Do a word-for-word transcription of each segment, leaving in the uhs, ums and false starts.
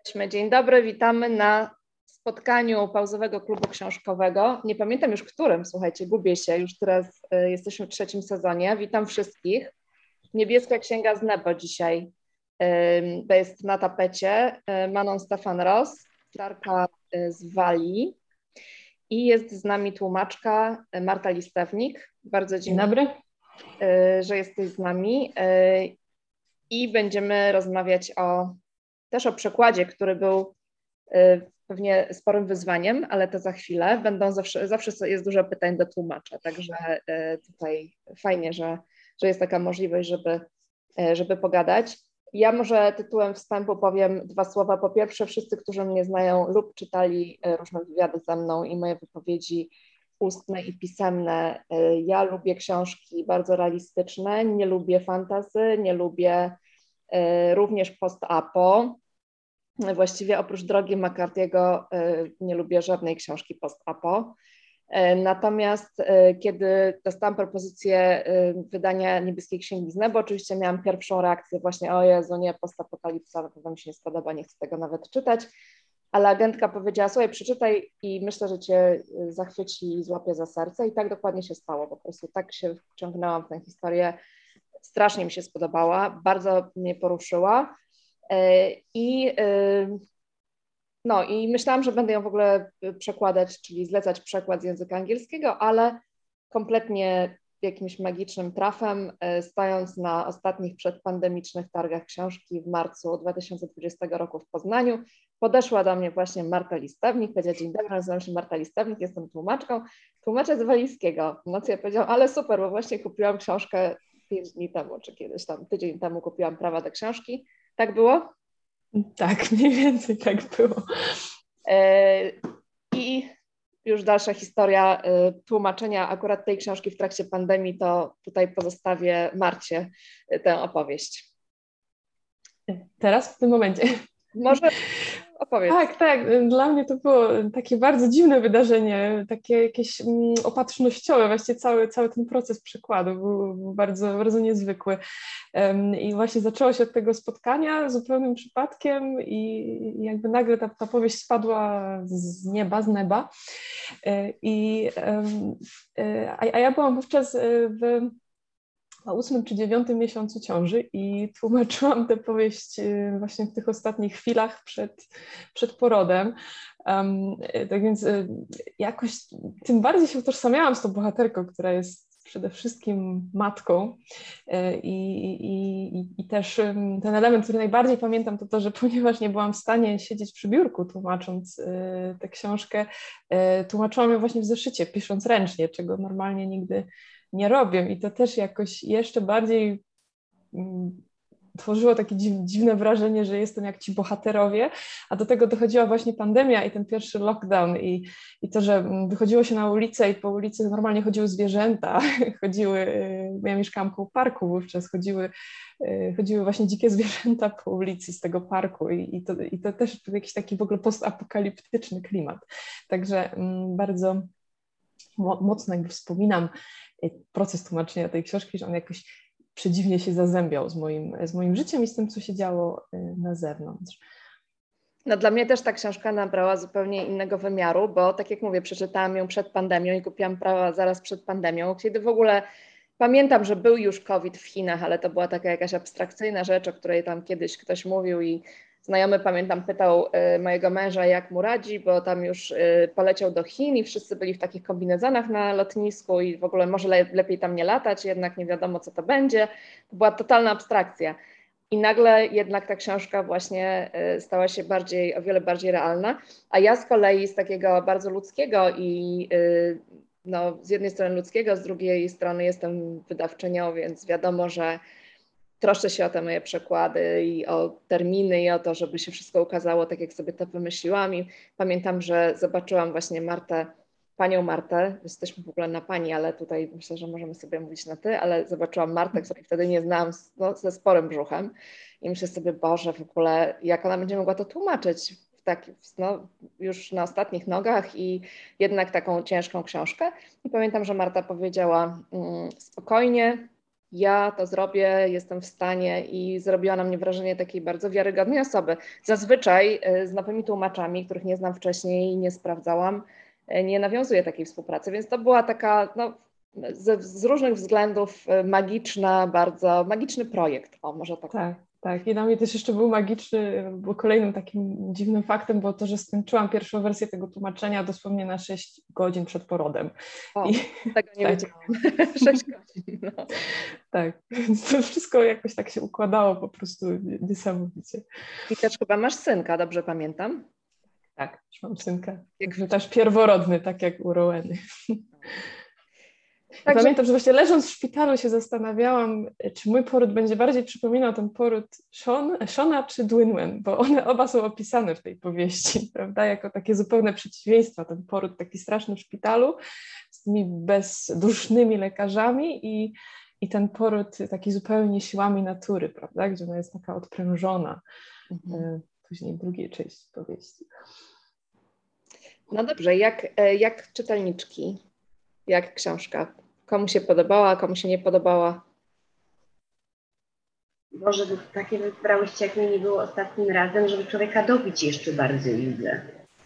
Jesteśmy. Dzień dobry, witamy na spotkaniu pauzowego klubu książkowego. Nie pamiętam już którym, słuchajcie, gubię się, już teraz y, jesteśmy w trzecim sezonie. Witam wszystkich. Niebieska Księga z Nebo dzisiaj y, to jest na tapecie. Y, Manon Stefan-Ross, Klarka y, z Walii i jest z nami tłumaczka y, Marta Listewnik. Bardzo dziękuję, Dzień dobry. y, że jesteś z nami y, i będziemy rozmawiać o też o przekładzie, który był y, pewnie sporym wyzwaniem, ale to za chwilę. Będą zawsze, zawsze jest dużo pytań do tłumacza, także y, tutaj fajnie, że, że jest taka możliwość, żeby, y, żeby pogadać. Ja może tytułem wstępu powiem dwa słowa. Po pierwsze, wszyscy, którzy mnie znają lub czytali różne wywiady ze mną i moje wypowiedzi ustne i pisemne, y, ja lubię książki bardzo realistyczne, nie lubię fantasy, nie lubię y, również post-apo. Właściwie oprócz Drogi McCarthy'ego nie lubię żadnej książki post-apo. Natomiast kiedy dostałam propozycję wydania Niebieskiej Księgi z Nebo, oczywiście miałam pierwszą reakcję właśnie: o Jezu, nie, postapokalipsa, na pewno mi się nie spodoba, nie chcę tego nawet czytać. Ale agentka powiedziała: słuchaj, przeczytaj i myślę, że cię zachwyci i złapie za serce. I tak dokładnie się stało. Po prostu tak się wciągnęłam w tę historię. Strasznie mi się spodobała, bardzo mnie poruszyła. I, no, I myślałam, że będę ją w ogóle przekładać, czyli zlecać przekład z języka angielskiego, ale kompletnie jakimś magicznym trafem, stojąc na ostatnich przedpandemicznych targach książki w marcu dwa tysiące dwudziestego roku w Poznaniu, podeszła do mnie właśnie Marta Listewnik, powiedziała: dzień dobry, nazywam się Marta Listewnik, jestem tłumaczką, tłumaczę z walijskiego. No co ja powiedziałam: ale super, bo właśnie kupiłam książkę pięć dni temu, czy kiedyś tam, tydzień temu kupiłam prawa do książki. Tak było? Tak, mniej więcej tak było. I już dalsza historia tłumaczenia akurat tej książki w trakcie pandemii, to tutaj pozostawię Marcie tę opowieść. Teraz, w tym momencie. Może opowiedz. Tak, tak. Dla mnie to było takie bardzo dziwne wydarzenie, takie jakieś mm, opatrznościowe. Właściwie cały, cały ten proces przekładu był, był bardzo, bardzo niezwykły. Um, I właśnie zaczęło się od tego spotkania zupełnym przypadkiem i jakby nagle ta, ta powieść spadła z nieba, z neba. I, um, a, a ja byłam wówczas w na ósmym czy dziewiątym miesiącu ciąży i tłumaczyłam tę powieść właśnie w tych ostatnich chwilach przed, przed porodem. Um, tak więc jakoś tym bardziej się utożsamiałam z tą bohaterką, która jest przede wszystkim matką. I, i, i też ten element, który najbardziej pamiętam, to to, że ponieważ nie byłam w stanie siedzieć przy biurku tłumacząc tę książkę, tłumaczyłam ją właśnie w zeszycie, pisząc ręcznie, czego normalnie nigdy nie robię. I to też jakoś jeszcze bardziej mm, tworzyło takie dziw, dziwne wrażenie, że jestem jak ci bohaterowie, a do tego dochodziła właśnie pandemia i ten pierwszy lockdown i, i to, że wychodziło się na ulicę i po ulicy normalnie chodziły zwierzęta, chodziły, bo ja mieszkałam koło parku wówczas, chodziły, chodziły właśnie dzikie zwierzęta po ulicy z tego parku i, i, to, i to też jakiś taki w ogóle postapokaliptyczny klimat. Także mm, bardzo mocno jakby wspominam proces tłumaczenia tej książki, że on jakoś przedziwnie się zazębiał z moim, z moim życiem i z tym, co się działo na zewnątrz. No dla mnie też ta książka nabrała zupełnie innego wymiaru, bo tak jak mówię, przeczytałam ją przed pandemią i kupiłam prawa zaraz przed pandemią, kiedy w ogóle pamiętam, że był już COVID w Chinach, ale to była taka jakaś abstrakcyjna rzecz, o której tam kiedyś ktoś mówił i znajomy, pamiętam, pytał y, mojego męża, jak mu radzi, bo tam już y, poleciał do Chin i wszyscy byli w takich kombinezonach na lotnisku i w ogóle może le lepiej tam nie latać, jednak nie wiadomo, co to będzie. To była totalna abstrakcja. I nagle jednak ta książka właśnie y, stała się bardziej, o wiele bardziej realna, a ja z kolei z takiego bardzo ludzkiego i y, no, z jednej strony ludzkiego, z drugiej strony jestem wydawczynią, więc wiadomo, że troszczę się o te moje przekłady i o terminy i o to, żeby się wszystko ukazało tak, jak sobie to wymyśliłam. I pamiętam, że zobaczyłam właśnie Martę, panią Martę, jesteśmy w ogóle na pani, ale tutaj myślę, że możemy sobie mówić na ty, ale zobaczyłam Martę, której wtedy nie znałam, no, ze sporym brzuchem i myślę sobie: Boże, w ogóle jak ona będzie mogła to tłumaczyć w taki, no, już na ostatnich nogach i jednak taką ciężką książkę. I pamiętam, że Marta powiedziała: mm, spokojnie, ja to zrobię, jestem w stanie i zrobiła na mnie wrażenie takiej bardzo wiarygodnej osoby. Zazwyczaj z nowymi tłumaczami, których nie znam wcześniej i nie sprawdzałam, nie nawiązuję takiej współpracy, więc to była taka no, z, z różnych względów magiczna, bardzo magiczny projekt, o może tak. Tak, tak. I dla mnie też jeszcze był magiczny, bo kolejnym takim dziwnym faktem było to, że skończyłam pierwszą wersję tego tłumaczenia dosłownie na sześć godzin przed porodem. O, I, tego nie tak. wiedziałam. sześć godzin, no. Tak, więc to wszystko jakoś tak się układało po prostu niesamowicie. I też chyba masz synka, dobrze pamiętam? Tak, już mam synka. Także też pierworodny, tak jak u Roweny. Także... Pamiętam, że właśnie leżąc w szpitalu się zastanawiałam, czy mój poród będzie bardziej przypominał ten poród Sean, Shona czy Dwynwen, bo one oba są opisane w tej powieści, prawda, jako takie zupełne przeciwieństwa. Ten poród taki straszny w szpitalu z tymi bezdusznymi lekarzami i, i ten poród taki zupełnie siłami natury, prawda, gdzie ona jest taka odprężona. Mhm. Później w drugiej części powieści. No dobrze, jak, jak czytelniczki? Jak książka? Komu się podobała, komu się nie podobała? Boże, to takie wybrałyście, jak mnie nie było ostatnim razem, żeby człowieka dobić jeszcze bardziej, widzę.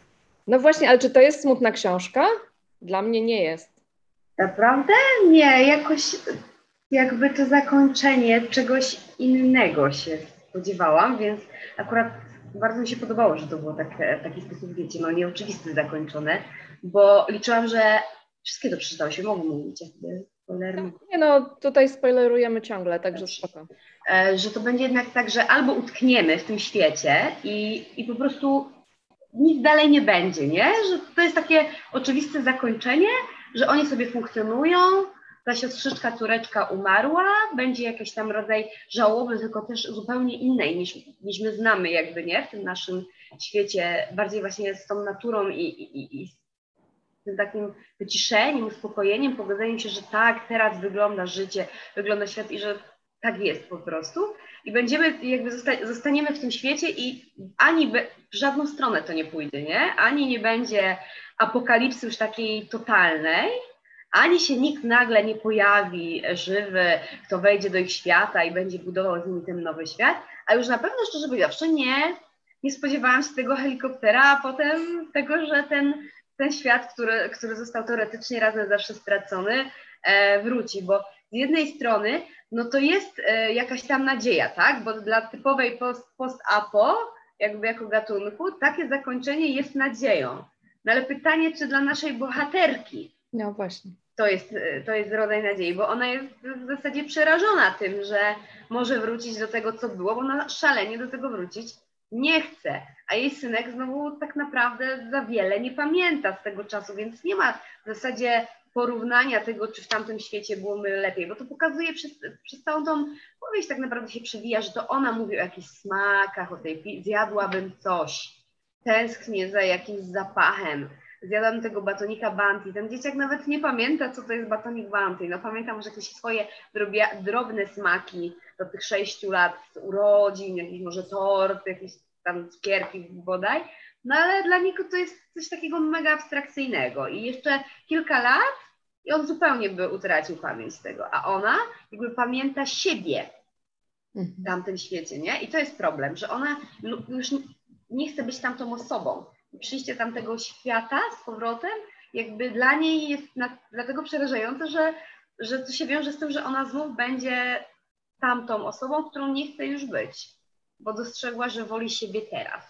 No właśnie, ale czy to jest smutna książka? Dla mnie nie jest. Naprawdę? Nie, jakoś jakby to zakończenie czegoś innego się spodziewałam, więc akurat bardzo mi się podobało, że to było tak, w taki sposób, wiecie, no nieoczywiste zakończone, bo liczyłam, że wszystkie to przeczytały się, mogą mówić, jakby spoilermy. Nie no, tutaj spoilerujemy ciągle, także spoko. E, że to będzie jednak tak, że albo utkniemy w tym świecie i, i po prostu nic dalej nie będzie, nie? Że to jest takie oczywiste zakończenie, że oni sobie funkcjonują, ta siostrzyczka córeczka umarła, będzie jakiś tam rodzaj żałoby, tylko też zupełnie innej niż, niż my znamy jakby, nie? W tym naszym świecie, bardziej właśnie z tą naturą i, i, i z tym takim wyciszeniem, uspokojeniem, pogodzeniem się, że tak, teraz wygląda życie, wygląda świat i że tak jest po prostu. I będziemy, jakby zosta- zostaniemy w tym świecie i ani be, w żadną stronę to nie pójdzie, nie? Ani nie będzie apokalipsy już takiej totalnej, ani się nikt nagle nie pojawi żywy, kto wejdzie do ich świata i będzie budował z nimi ten nowy świat, a już na pewno, szczerze powiedziawszy, nie, nie spodziewałam się tego helikoptera, a potem tego, że ten, ten świat, który, który został teoretycznie raz na zawsze stracony, e, wróci, bo z jednej strony, no to jest e, jakaś tam nadzieja, tak, bo dla typowej post, post-apo, jakby jako gatunku, takie zakończenie jest nadzieją. No ale pytanie, czy dla naszej bohaterki, no właśnie. To jest, to jest rodzaj nadziei, bo ona jest w zasadzie przerażona tym, że może wrócić do tego, co było, bo ona szalenie do tego wrócić nie chce, a jej synek znowu tak naprawdę za wiele nie pamięta z tego czasu, więc nie ma w zasadzie porównania tego, czy w tamtym świecie było lepiej, bo to pokazuje przez, przez całą tą powieść tak naprawdę się przewija, że to ona mówi o jakichś smakach, o tej zjadłabym coś, tęsknię za jakimś zapachem, zjadam tego batonika Bounty. Ten dzieciak nawet nie pamięta, co to jest batonik Bounty. No pamiętam, że jakieś swoje drobia, drobne smaki do tych sześciu lat, urodzin, jakiś może tort, jakieś tam cukierki bodaj. No ale dla niego to jest coś takiego mega abstrakcyjnego. I jeszcze kilka lat i on zupełnie by utracił pamięć tego. A ona jakby pamięta siebie w tamtym świecie, nie? I to jest problem, że ona już nie chce być tamtą osobą. Przyjście tamtego świata z powrotem, jakby dla niej jest na, dlatego przerażające, że, że to się wiąże z tym, że ona znów będzie tamtą osobą, którą nie chce już być, bo dostrzegła, że woli siebie teraz.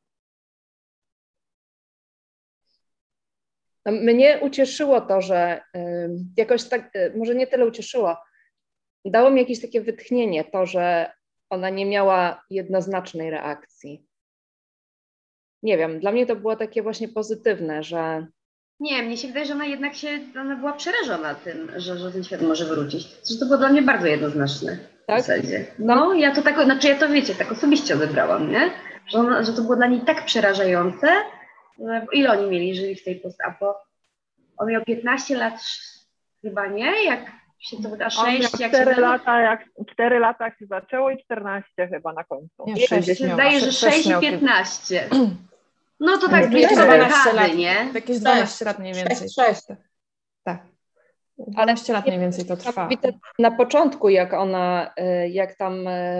Mnie ucieszyło to, że y, jakoś tak, y, może nie tyle ucieszyło, dało mi jakieś takie wytchnienie to, że ona nie miała jednoznacznej reakcji. Nie wiem, dla mnie to było takie właśnie pozytywne, że... Nie, mnie się wydaje, że ona jednak się, ona była przerażona tym, że, że ten świat może wrócić. Że to było dla mnie bardzo jednoznaczne tak? w zasadzie. No, ja to tak, znaczy ja to wiecie, tak osobiście odebrałam, nie? Że, ona, że to było dla niej tak przerażające. Ile oni mieli, żyli w tej post-apo? On miał piętnaście lat chyba, nie? Jak się to wyda, sześć, jak cztery się lata, jak cztery lata jak się zaczęło i czternaście chyba na końcu. Nie, mi się wydaje, że sześć i piętnaście. No to tak jakieś blisko dwanaście dekady, lat, nie? jakieś dwanaście lat mniej więcej. sześć. Tak. dwanaście lat mniej więcej to trwa. Na początku, jak ona, jak tam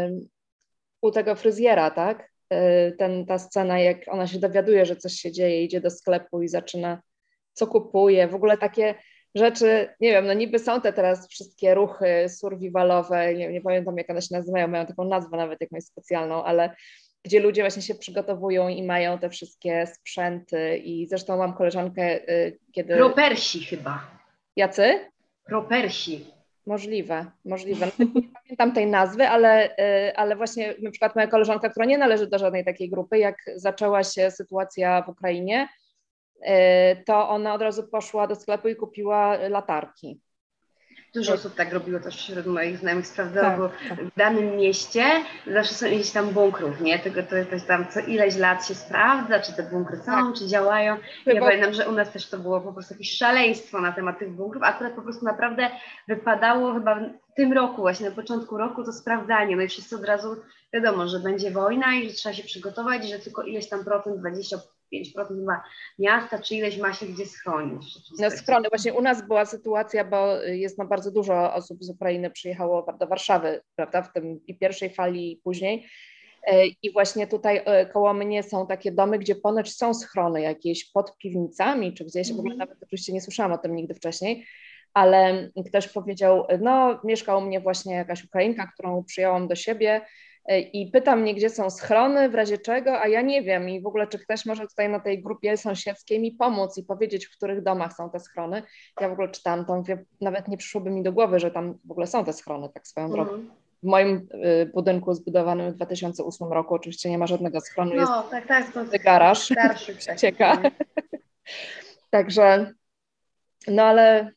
u tego fryzjera, tak? Ten, ta scena, jak ona się dowiaduje, że coś się dzieje, idzie do sklepu i zaczyna, co kupuje, w ogóle takie rzeczy, nie wiem, no niby są te teraz wszystkie ruchy survivalowe, nie, nie pamiętam jak one się nazywają, mają taką nazwę nawet jakąś specjalną, ale gdzie ludzie właśnie się przygotowują i mają te wszystkie sprzęty i zresztą mam koleżankę, kiedy... Propersi chyba. Jacy? Propersi. Możliwe, możliwe. No, nie pamiętam tej nazwy, ale, ale właśnie na przykład moja koleżanka, która nie należy do żadnej takiej grupy, jak zaczęła się sytuacja w Ukrainie, to ona od razu poszła do sklepu i kupiła latarki. Dużo osób tak robiło też wśród moich znajomych, sprawdzało, tak, bo tak. w danym mieście zawsze są ileś tam bunkrów, nie? Tego to jest tam co ileś lat się sprawdza, czy te bunkry są, tak. czy działają. Ja Chyba... pamiętam, że u nas też to było po prostu jakieś szaleństwo na temat tych bunkrów. Akurat po prostu naprawdę wypadało chyba w tym roku, właśnie na początku roku to sprawdzanie. No i wszyscy od razu wiadomo, że będzie wojna i że trzeba się przygotować, że tylko ileś tam procent, dwadzieścia pięć procent chyba miasta, czy ileś ma się gdzie schronić. No schrony. Właśnie u nas była sytuacja, bo jest no bardzo dużo osób z Ukrainy przyjechało do Warszawy, prawda, w tym i pierwszej fali i później. I właśnie tutaj koło mnie są takie domy, gdzie ponoć są schrony jakieś pod piwnicami, czy gdzieś, mm. w ogóle nawet oczywiście nie słyszałam o tym nigdy wcześniej, ale ktoś powiedział, no mieszka u mnie właśnie jakaś Ukrainka, którą przyjęłam do siebie, i pyta mnie, gdzie są schrony, w razie czego, a ja nie wiem i w ogóle, czy ktoś może tutaj na tej grupie sąsiedzkiej mi pomóc i powiedzieć, w których domach są te schrony. Ja w ogóle czytałam to, mówię, nawet nie przyszłoby mi do głowy, że tam w ogóle są te schrony, tak swoją drogą. Mm. W moim y, budynku zbudowanym w dwa tysiące ósmym roku oczywiście nie ma żadnego schronu, no, jest tak, tak, to garaż, starszy przecieka. Także, no ale...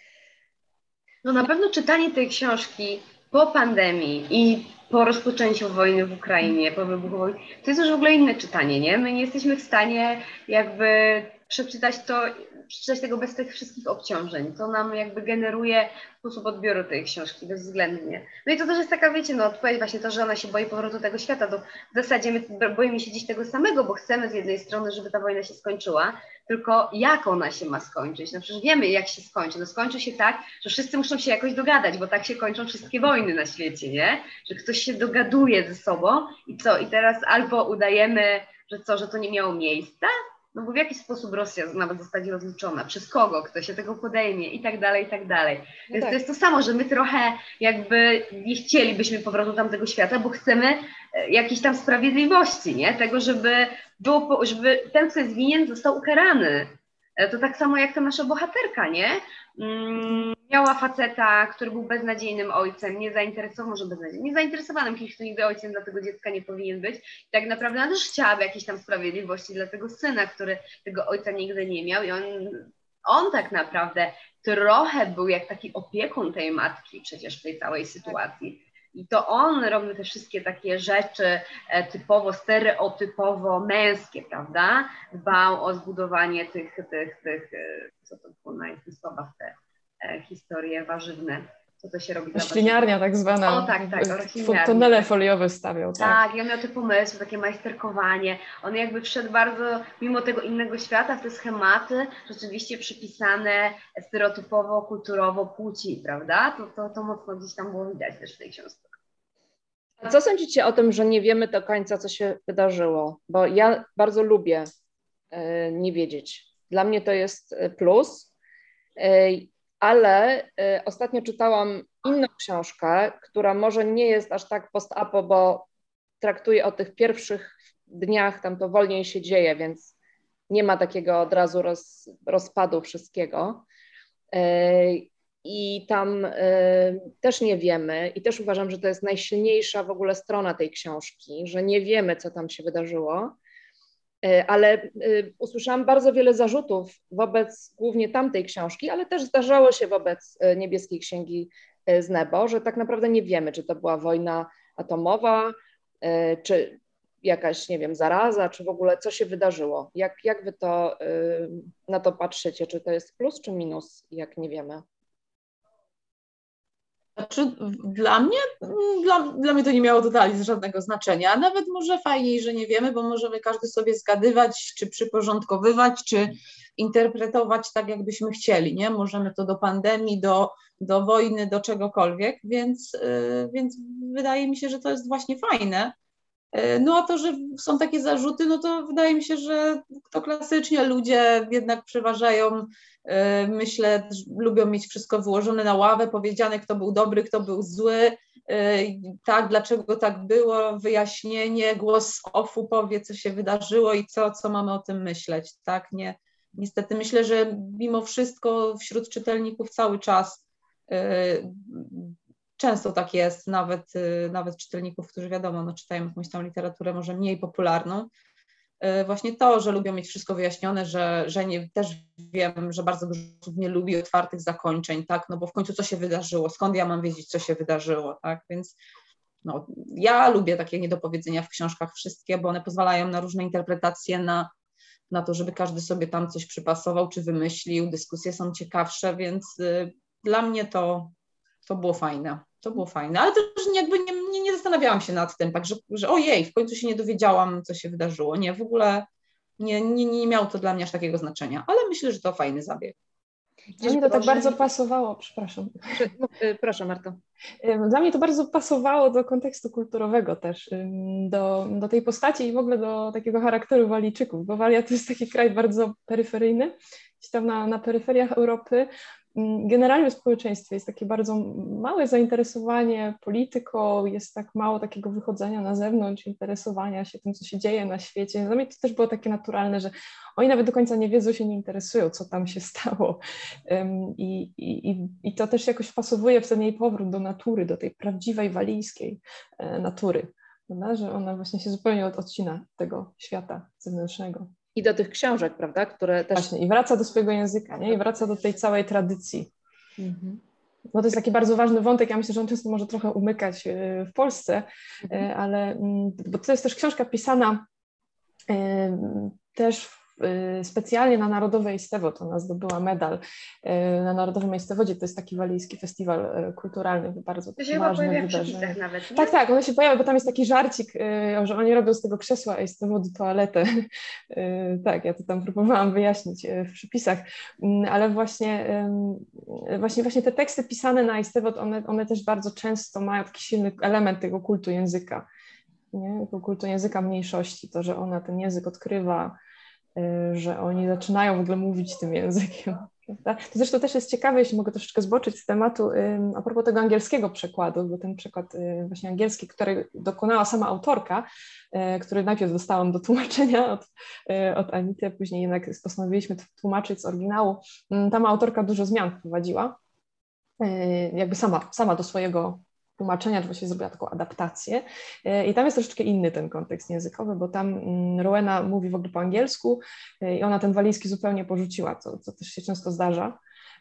No na pewno czytanie tej książki po pandemii i po rozpoczęciu wojny w Ukrainie, po wybuchu wojny, to jest już w ogóle inne czytanie, nie? My nie jesteśmy w stanie jakby przeczytać to, przeczytać tego bez tych wszystkich obciążeń. To nam jakby generuje sposób odbioru tej książki bezwzględnie. No i to też jest taka, wiecie, no odpowiedź właśnie to, że ona się boi powrotu tego świata. To w zasadzie my boimy się dziś tego samego, bo chcemy z jednej strony, żeby ta wojna się skończyła, tylko jak ona się ma skończyć? No przecież wiemy, jak się skończy. No skończy się tak, że wszyscy muszą się jakoś dogadać, bo tak się kończą wszystkie wojny na świecie, nie? Że ktoś się dogaduje ze sobą i co? I teraz albo udajemy, że co, że to nie miało miejsca? No bo w jaki sposób Rosja nawet zostanie rozliczona? Przez kogo? Kto się tego podejmie? I tak dalej, i tak dalej. No Więc tak. to jest to samo, że my trochę jakby nie chcielibyśmy powrotu tamtego świata, bo chcemy jakiejś tam sprawiedliwości, nie? Tego, żeby, było, żeby ten, kto jest winien, został ukarany. To tak samo jak ta nasza bohaterka, nie? Mm, miała faceta, który był beznadziejnym ojcem, niezainteresowanym, może beznadziejnym, niezainteresowanym kimś, kto nigdy ojcem dla tego dziecka nie powinien być. I tak naprawdę ona też chciałaby jakiejś tam sprawiedliwości dla tego syna, który tego ojca nigdy nie miał i on, on tak naprawdę trochę był jak taki opiekun tej matki przecież w tej całej sytuacji. I to on robił te wszystkie takie rzeczy typowo, stereotypowo męskie, prawda? Dbał o zbudowanie tych, tych, tych co to było na jakichś słowach, te e, historie warzywne. Co to się robi? Rośliniarnia tak zwana. O tak, tak, rośliniarnia. Tunele foliowe stawiał. Tak, tak i on miał te pomysły, takie majsterkowanie. On jakby wszedł bardzo, mimo tego innego świata, w te schematy rzeczywiście przypisane stereotypowo, kulturowo płci, prawda? To, to, to mocno gdzieś tam było widać też w tej książce. A co sądzicie o tym, że nie wiemy do końca, co się wydarzyło? Bo ja bardzo lubię y, nie wiedzieć. Dla mnie to jest plus, y, ale y, ostatnio czytałam inną książkę, która może nie jest aż tak post-apo, bo traktuje o tych pierwszych dniach, tam to wolniej się dzieje, więc nie ma takiego od razu roz, rozpadu wszystkiego. Y, I tam y, też nie wiemy i też uważam, że to jest najsilniejsza w ogóle strona tej książki, że nie wiemy, co tam się wydarzyło, y, ale y, usłyszałam bardzo wiele zarzutów wobec głównie tamtej książki, ale też zdarzało się wobec y, Niebieskiej Księgi y, z Nebo, że tak naprawdę nie wiemy, czy to była wojna atomowa, y, czy jakaś, nie wiem, zaraza, czy w ogóle co się wydarzyło. Jak, jak wy to, y, na to patrzycie? Czy to jest plus, czy minus, jak nie wiemy? Znaczy, dla mnie, dla, dla mnie to nie miało totalnie żadnego znaczenia. Nawet może fajniej, że nie wiemy, bo możemy każdy sobie zgadywać, czy przyporządkowywać, czy interpretować tak, jakbyśmy chcieli, nie? Możemy to do pandemii, do, do wojny, do czegokolwiek, więc, yy, więc wydaje mi się, że to jest właśnie fajne. Yy, no a to, że są takie zarzuty, no to wydaje mi się, że to klasycznie ludzie jednak przeważają. Myślę, że lubią mieć wszystko wyłożone na ławę, powiedziane, kto był dobry, kto był zły, tak, dlaczego tak było, wyjaśnienie, głos z offu powie, co się wydarzyło i co, co mamy o tym myśleć, tak, nie, niestety myślę, że mimo wszystko wśród czytelników cały czas często tak jest, nawet, nawet czytelników, którzy wiadomo, no, czytają jakąś tam literaturę może mniej popularną, właśnie to, że lubią mieć wszystko wyjaśnione, że, że nie, też wiem, że bardzo dużo osób nie lubi otwartych zakończeń, tak, no bo w końcu co się wydarzyło, skąd ja mam wiedzieć, co się wydarzyło, tak, więc no, ja lubię takie niedopowiedzenia w książkach wszystkie, bo one pozwalają na różne interpretacje, na, na to, żeby każdy sobie tam coś przypasował, czy wymyślił, dyskusje są ciekawsze, więc y, dla mnie to, to było fajne. To było fajne, ale też jakby nie, nie, nie zastanawiałam się nad tym, tak, że, że ojej, w końcu się nie dowiedziałam, co się wydarzyło. Nie, w ogóle nie, nie, nie miało to dla mnie aż takiego znaczenia, ale myślę, że to fajny zabieg. Dla mnie to tak bardzo pasowało, przepraszam. Proszę, Marto. Dla mnie to bardzo pasowało do kontekstu kulturowego też, do, do tej postaci i w ogóle do takiego charakteru Walijczyków, bo Walia to jest taki kraj bardzo peryferyjny, gdzieś tam na, na peryferiach Europy. Generalnie w społeczeństwie jest takie bardzo małe zainteresowanie polityką, jest tak mało takiego wychodzenia na zewnątrz, interesowania się tym, co się dzieje na świecie. Dla mnie to też było takie naturalne, że oni nawet do końca nie wiedzą, się nie interesują, co tam się stało. I, i, i to też jakoś pasowuje w ten jej powrót do natury, do tej prawdziwej walijskiej natury, prawda? Że ona właśnie się zupełnie odcina tego świata zewnętrznego. I do tych książek, prawda, które też... Właśnie, i wraca do swojego języka, nie? I wraca do tej całej tradycji. Mhm. Bo to jest taki bardzo ważny wątek, ja myślę, że on często może trochę umykać w Polsce, mhm. ale bo to jest też książka pisana też specjalnie na Narodowe Ejstewo, ona zdobyła medal na Narodowym Ejstewodzie, to jest taki walijski festiwal kulturalny, bardzo to się ważne wydarzenie. Nawet, nie? Tak, tak, ono się pojawia, bo tam jest taki żarcik, że oni robią z tego krzesła Ejstewodu toaletę. Tak, ja to tam próbowałam wyjaśnić w przypisach, ale właśnie, właśnie, właśnie te teksty pisane na Ejstewod, one, one też bardzo często mają taki silny element tego kultu języka, nie? Tego kultu języka mniejszości, to, że ona ten język odkrywa, że oni zaczynają w ogóle mówić tym językiem. Prawda? To zresztą też jest ciekawe, jeśli mogę troszeczkę zboczyć z tematu, a propos tego angielskiego przekładu, bo ten przekład właśnie angielski, który dokonała sama autorka, który najpierw dostałam do tłumaczenia od, od Anity, a później jednak postanowiliśmy tłumaczyć z oryginału. Tam autorka dużo zmian wprowadziła, jakby sama, sama do swojego tłumaczenia, że właśnie zrobiła taką adaptację i tam jest troszeczkę inny ten kontekst językowy, bo tam Rowena mówi w ogóle po angielsku i ona ten walijski zupełnie porzuciła, co, co też się często zdarza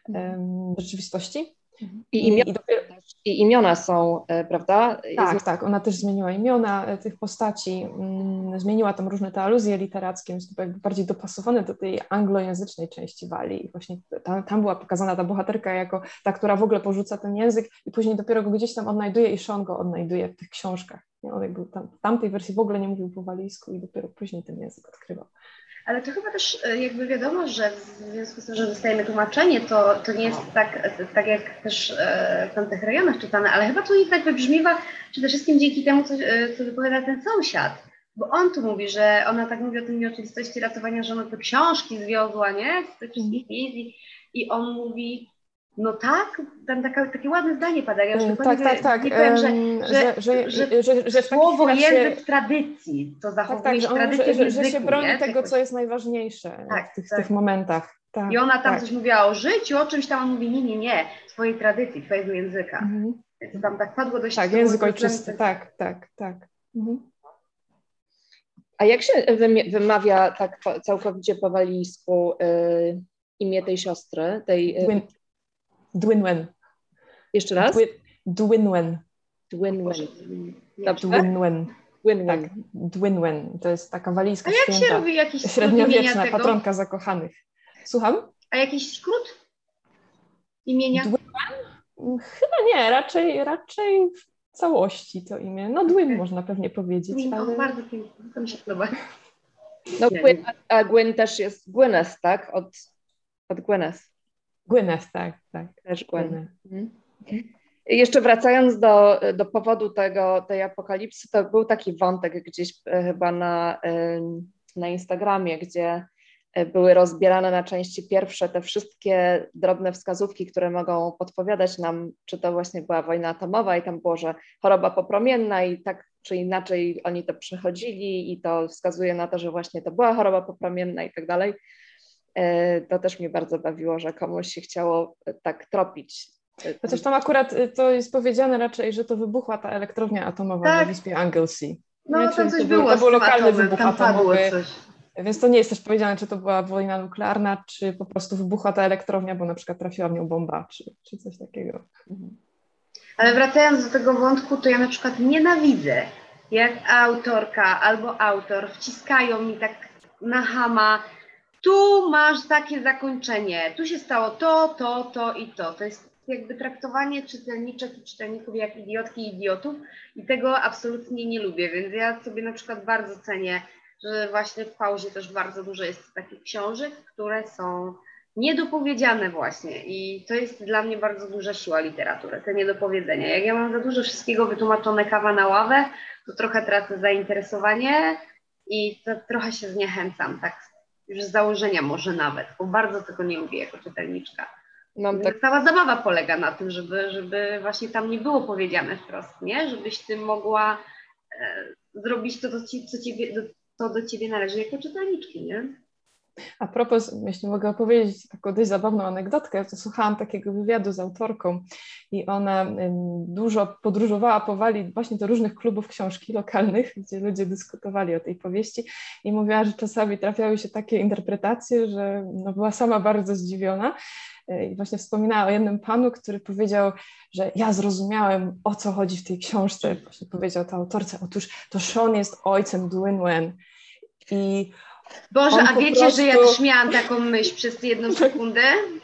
w rzeczywistości. I imiona, I, dopiero... I imiona są, prawda? Tak, jest... tak, ona też zmieniła imiona tych postaci, zmieniła tam różne te aluzje literackie, więc to jakby bardziej dopasowane do tej anglojęzycznej części Walii. I właśnie tam, tam była pokazana ta bohaterka jako ta, która w ogóle porzuca ten język i później dopiero go gdzieś tam odnajduje i Sean go odnajduje w tych książkach. On jakby tam, w tamtej wersji w ogóle nie mówił po walijsku i dopiero później ten język odkrywał. Ale to chyba też jakby wiadomo, że w związku z tym, że dostajemy tłumaczenie, to, to nie jest tak, tak jak też w tamtych rejonach czytane, ale chyba tu i tak wybrzmiewa przede wszystkim dzięki temu, co, co wypowiada ten sąsiad. Bo on tu mówi, że ona tak mówi o tym nieoczywistości ratowania, że ona te książki zwiozła, nie? Z tych wszystkich miejsc i, i on mówi, no tak, tam taka, takie ładne zdanie pada. Ja już tak, tak, tak. Powiem, że, że, że, że, że, że słowo język się... w tradycji, to zachowuje tak, tak, się tradycję że, w języku, że się broni nie? tego, co jest najważniejsze tak, w, tych, tak. w tych momentach. Tak, I ona tam tak. coś mówiła o życiu, o czymś tam, on mówi nie, nie, nie, twojej tradycji, twojego języka. Mhm. Więc tam tak padło dość... Tak, język ojczysty, tak, tak, tak. Mhm. A jak się wymawia tak całkowicie po walijsku y, imię tej siostry? Tej, y... Dwynwen. Jeszcze raz? Dwynwen. Dwynwen. Dwynwen. Dwynwen. Tak, Dwynwen. To jest taka walijska A jak święta, się robi jakiś średniowieczna tego? patronka zakochanych. Słucham? A jakiś skrót imienia? Dwynwen? Chyba nie, raczej, raczej w całości to imię. No Dwin można pewnie powiedzieć. Gwyn, ale... o, bardzo pięknie, to mi się podoba. No, Nie, Gwyn, nie. a Gwyn też jest Gwyneth, tak? Od, od Gwyneth. Gwyneth, tak, tak. Też Gwyn. Gwyneth. Mhm. I jeszcze wracając do, do powodu tego, tej apokalipsy, to był taki wątek gdzieś e, chyba na, e, na Instagramie, gdzie e, były rozbierane na części pierwsze te wszystkie drobne wskazówki, które mogą podpowiadać nam, czy to właśnie była wojna atomowa i tam było, że choroba popromienna i tak czy inaczej oni to przechodzili i to wskazuje na to, że właśnie to była choroba popromienna i tak dalej. E, To też mnie bardzo bawiło, że komuś się chciało e, tak tropić. Chociaż tam akurat y, to jest powiedziane raczej, że to wybuchła ta elektrownia atomowa Tak. na wyspie Anglesey. No Nie? tam Czyli coś to był, było to z był tym lokalny atomem, wybuch tam padło atomowy, coś. więc to nie jest też powiedziane, czy to była wojna nuklearna, czy po prostu wybuchła ta elektrownia, bo na przykład trafiła w nią bomba, czy, czy coś takiego. Mhm. Ale wracając do tego wątku, to ja na przykład nienawidzę, jak autorka albo autor wciskają mi tak na chama, tu masz takie zakończenie, tu się stało to, to, to i to. To jest jakby traktowanie czytelniczek i czytelników jak idiotki i idiotów i tego absolutnie nie lubię, więc ja sobie na przykład bardzo cenię, że właśnie w pauzie też bardzo dużo jest takich książek, które są niedopowiedziane właśnie i to jest dla mnie bardzo duża siła literatury, te niedopowiedzenia. Jak ja mam za dużo wszystkiego wytłumaczone kawa na ławę, to trochę tracę zainteresowanie i to trochę się zniechęcam, tak już z założenia może nawet, bo bardzo tego nie lubię jako czytelniczka. Mam tak, Cała zabawa polega na tym, żeby, żeby właśnie tam nie było powiedziane wprost, nie? Żebyś ty mogła e, zrobić to, co, ci, co, ciebie, do, to do ciebie należy jako czytelniczki, nie? A propos, jeśli mogę opowiedzieć taką dość zabawną anegdotkę, to słuchałam takiego wywiadu z autorką i ona ym, dużo podróżowała powoli właśnie do różnych klubów książki lokalnych, gdzie ludzie dyskutowali o tej powieści i mówiła, że czasami trafiały się takie interpretacje, że no, była sama bardzo zdziwiona. I właśnie wspominała o jednym panu, który powiedział, że ja zrozumiałem, o co chodzi w tej książce. Właśnie powiedział to autorce, otóż to Sean jest ojcem Dwynwen. I Boże, on a po wiecie, prostu... że ja też miałam taką myśl przez jedną sekundę?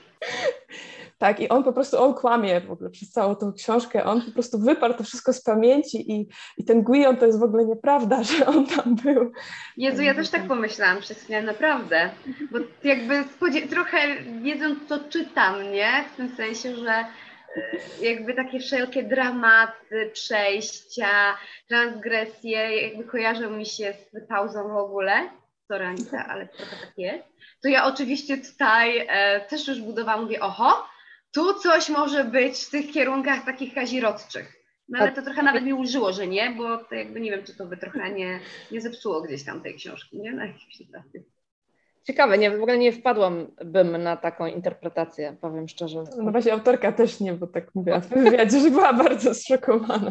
Tak, i on po prostu, on kłamie w ogóle przez całą tą książkę, on po prostu wyparł to wszystko z pamięci i, i ten Guion to jest w ogóle nieprawda, że on tam był. Jezu, ja też tak pomyślałam przez chwilę, naprawdę, bo jakby spodzie- trochę wiedząc, co czytam, nie? W tym sensie, że jakby takie wszelkie dramaty, przejścia, transgresje, jakby kojarzą mi się z pauzą w ogóle, sorry Anita, ale trochę tak jest, to ja oczywiście tutaj e, też już budowałam, mówię, oho, tu coś może być w tych kierunkach takich kazirodczych. No ale to trochę nawet mi ulżyło, że nie, bo to jakby nie wiem, czy to by trochę nie, nie zepsuło gdzieś tam tej książki, nie? Na jakimś etapie. ciekawe, nie, w ogóle nie wpadłam bym na taką interpretację, powiem szczerze. No właśnie autorka też nie, bo tak mówiła w wywiadzie, że była bardzo zszokowana.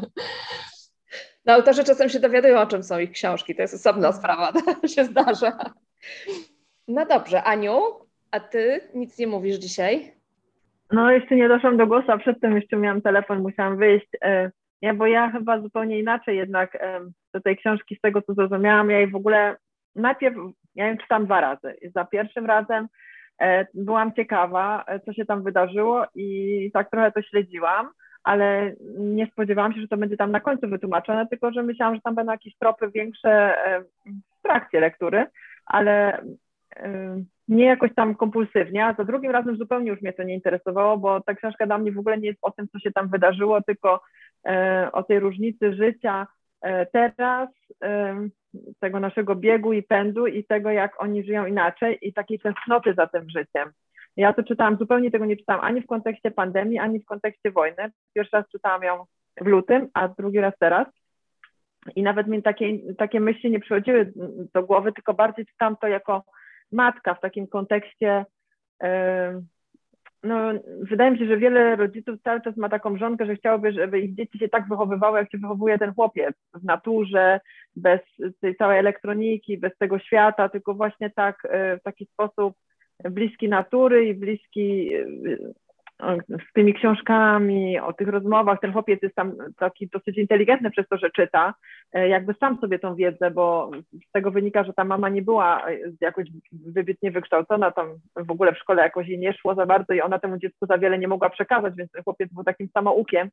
No autorzy czasem się dowiadują, o czym są ich książki, to jest osobna sprawa, to się zdarza. No dobrze, Aniu, a ty nic nie mówisz dzisiaj? No jeszcze nie doszłam do głosu, a przedtem jeszcze miałam telefon, musiałam wyjść. Ja, bo ja chyba zupełnie inaczej jednak do tej książki, z tego co zrozumiałam, ja jej w ogóle najpierw, ja ją czytam dwa razy. Za pierwszym razem byłam ciekawa, co się tam wydarzyło i tak trochę to śledziłam, ale nie spodziewałam się, że to będzie tam na końcu wytłumaczone, tylko że myślałam, że tam będą jakieś tropy większe w trakcie lektury, ale nie jakoś tam kompulsywnie, a za drugim razem zupełnie już mnie to nie interesowało, bo ta książka dla mnie w ogóle nie jest o tym, co się tam wydarzyło, tylko o tej różnicy życia teraz, tego naszego biegu i pędu i tego, jak oni żyją inaczej i takiej tęsknoty za tym życiem. Ja to czytałam, zupełnie tego nie czytałam ani w kontekście pandemii, ani w kontekście wojny. Pierwszy raz czytałam ją w lutym, a drugi raz teraz. I nawet mi takie, takie myśli nie przychodziły do głowy, tylko bardziej czytałam to jako matka w takim kontekście. No, wydaje mi się, że wiele rodziców cały czas ma taką żonkę, że chciałoby, żeby ich dzieci się tak wychowywały, jak się wychowuje ten chłopiec w naturze, bez tej całej elektroniki, bez tego świata, tylko właśnie tak w taki sposób bliski natury i bliski z tymi książkami, o tych rozmowach. Ten chłopiec jest tam taki dosyć inteligentny przez to, że czyta, jakby sam sobie tą wiedzę, bo z tego wynika, że ta mama nie była jakoś wybitnie wykształcona, tam w ogóle w szkole jakoś jej nie szło za bardzo i ona temu dziecku za wiele nie mogła przekazać, więc ten chłopiec był takim samoukiem,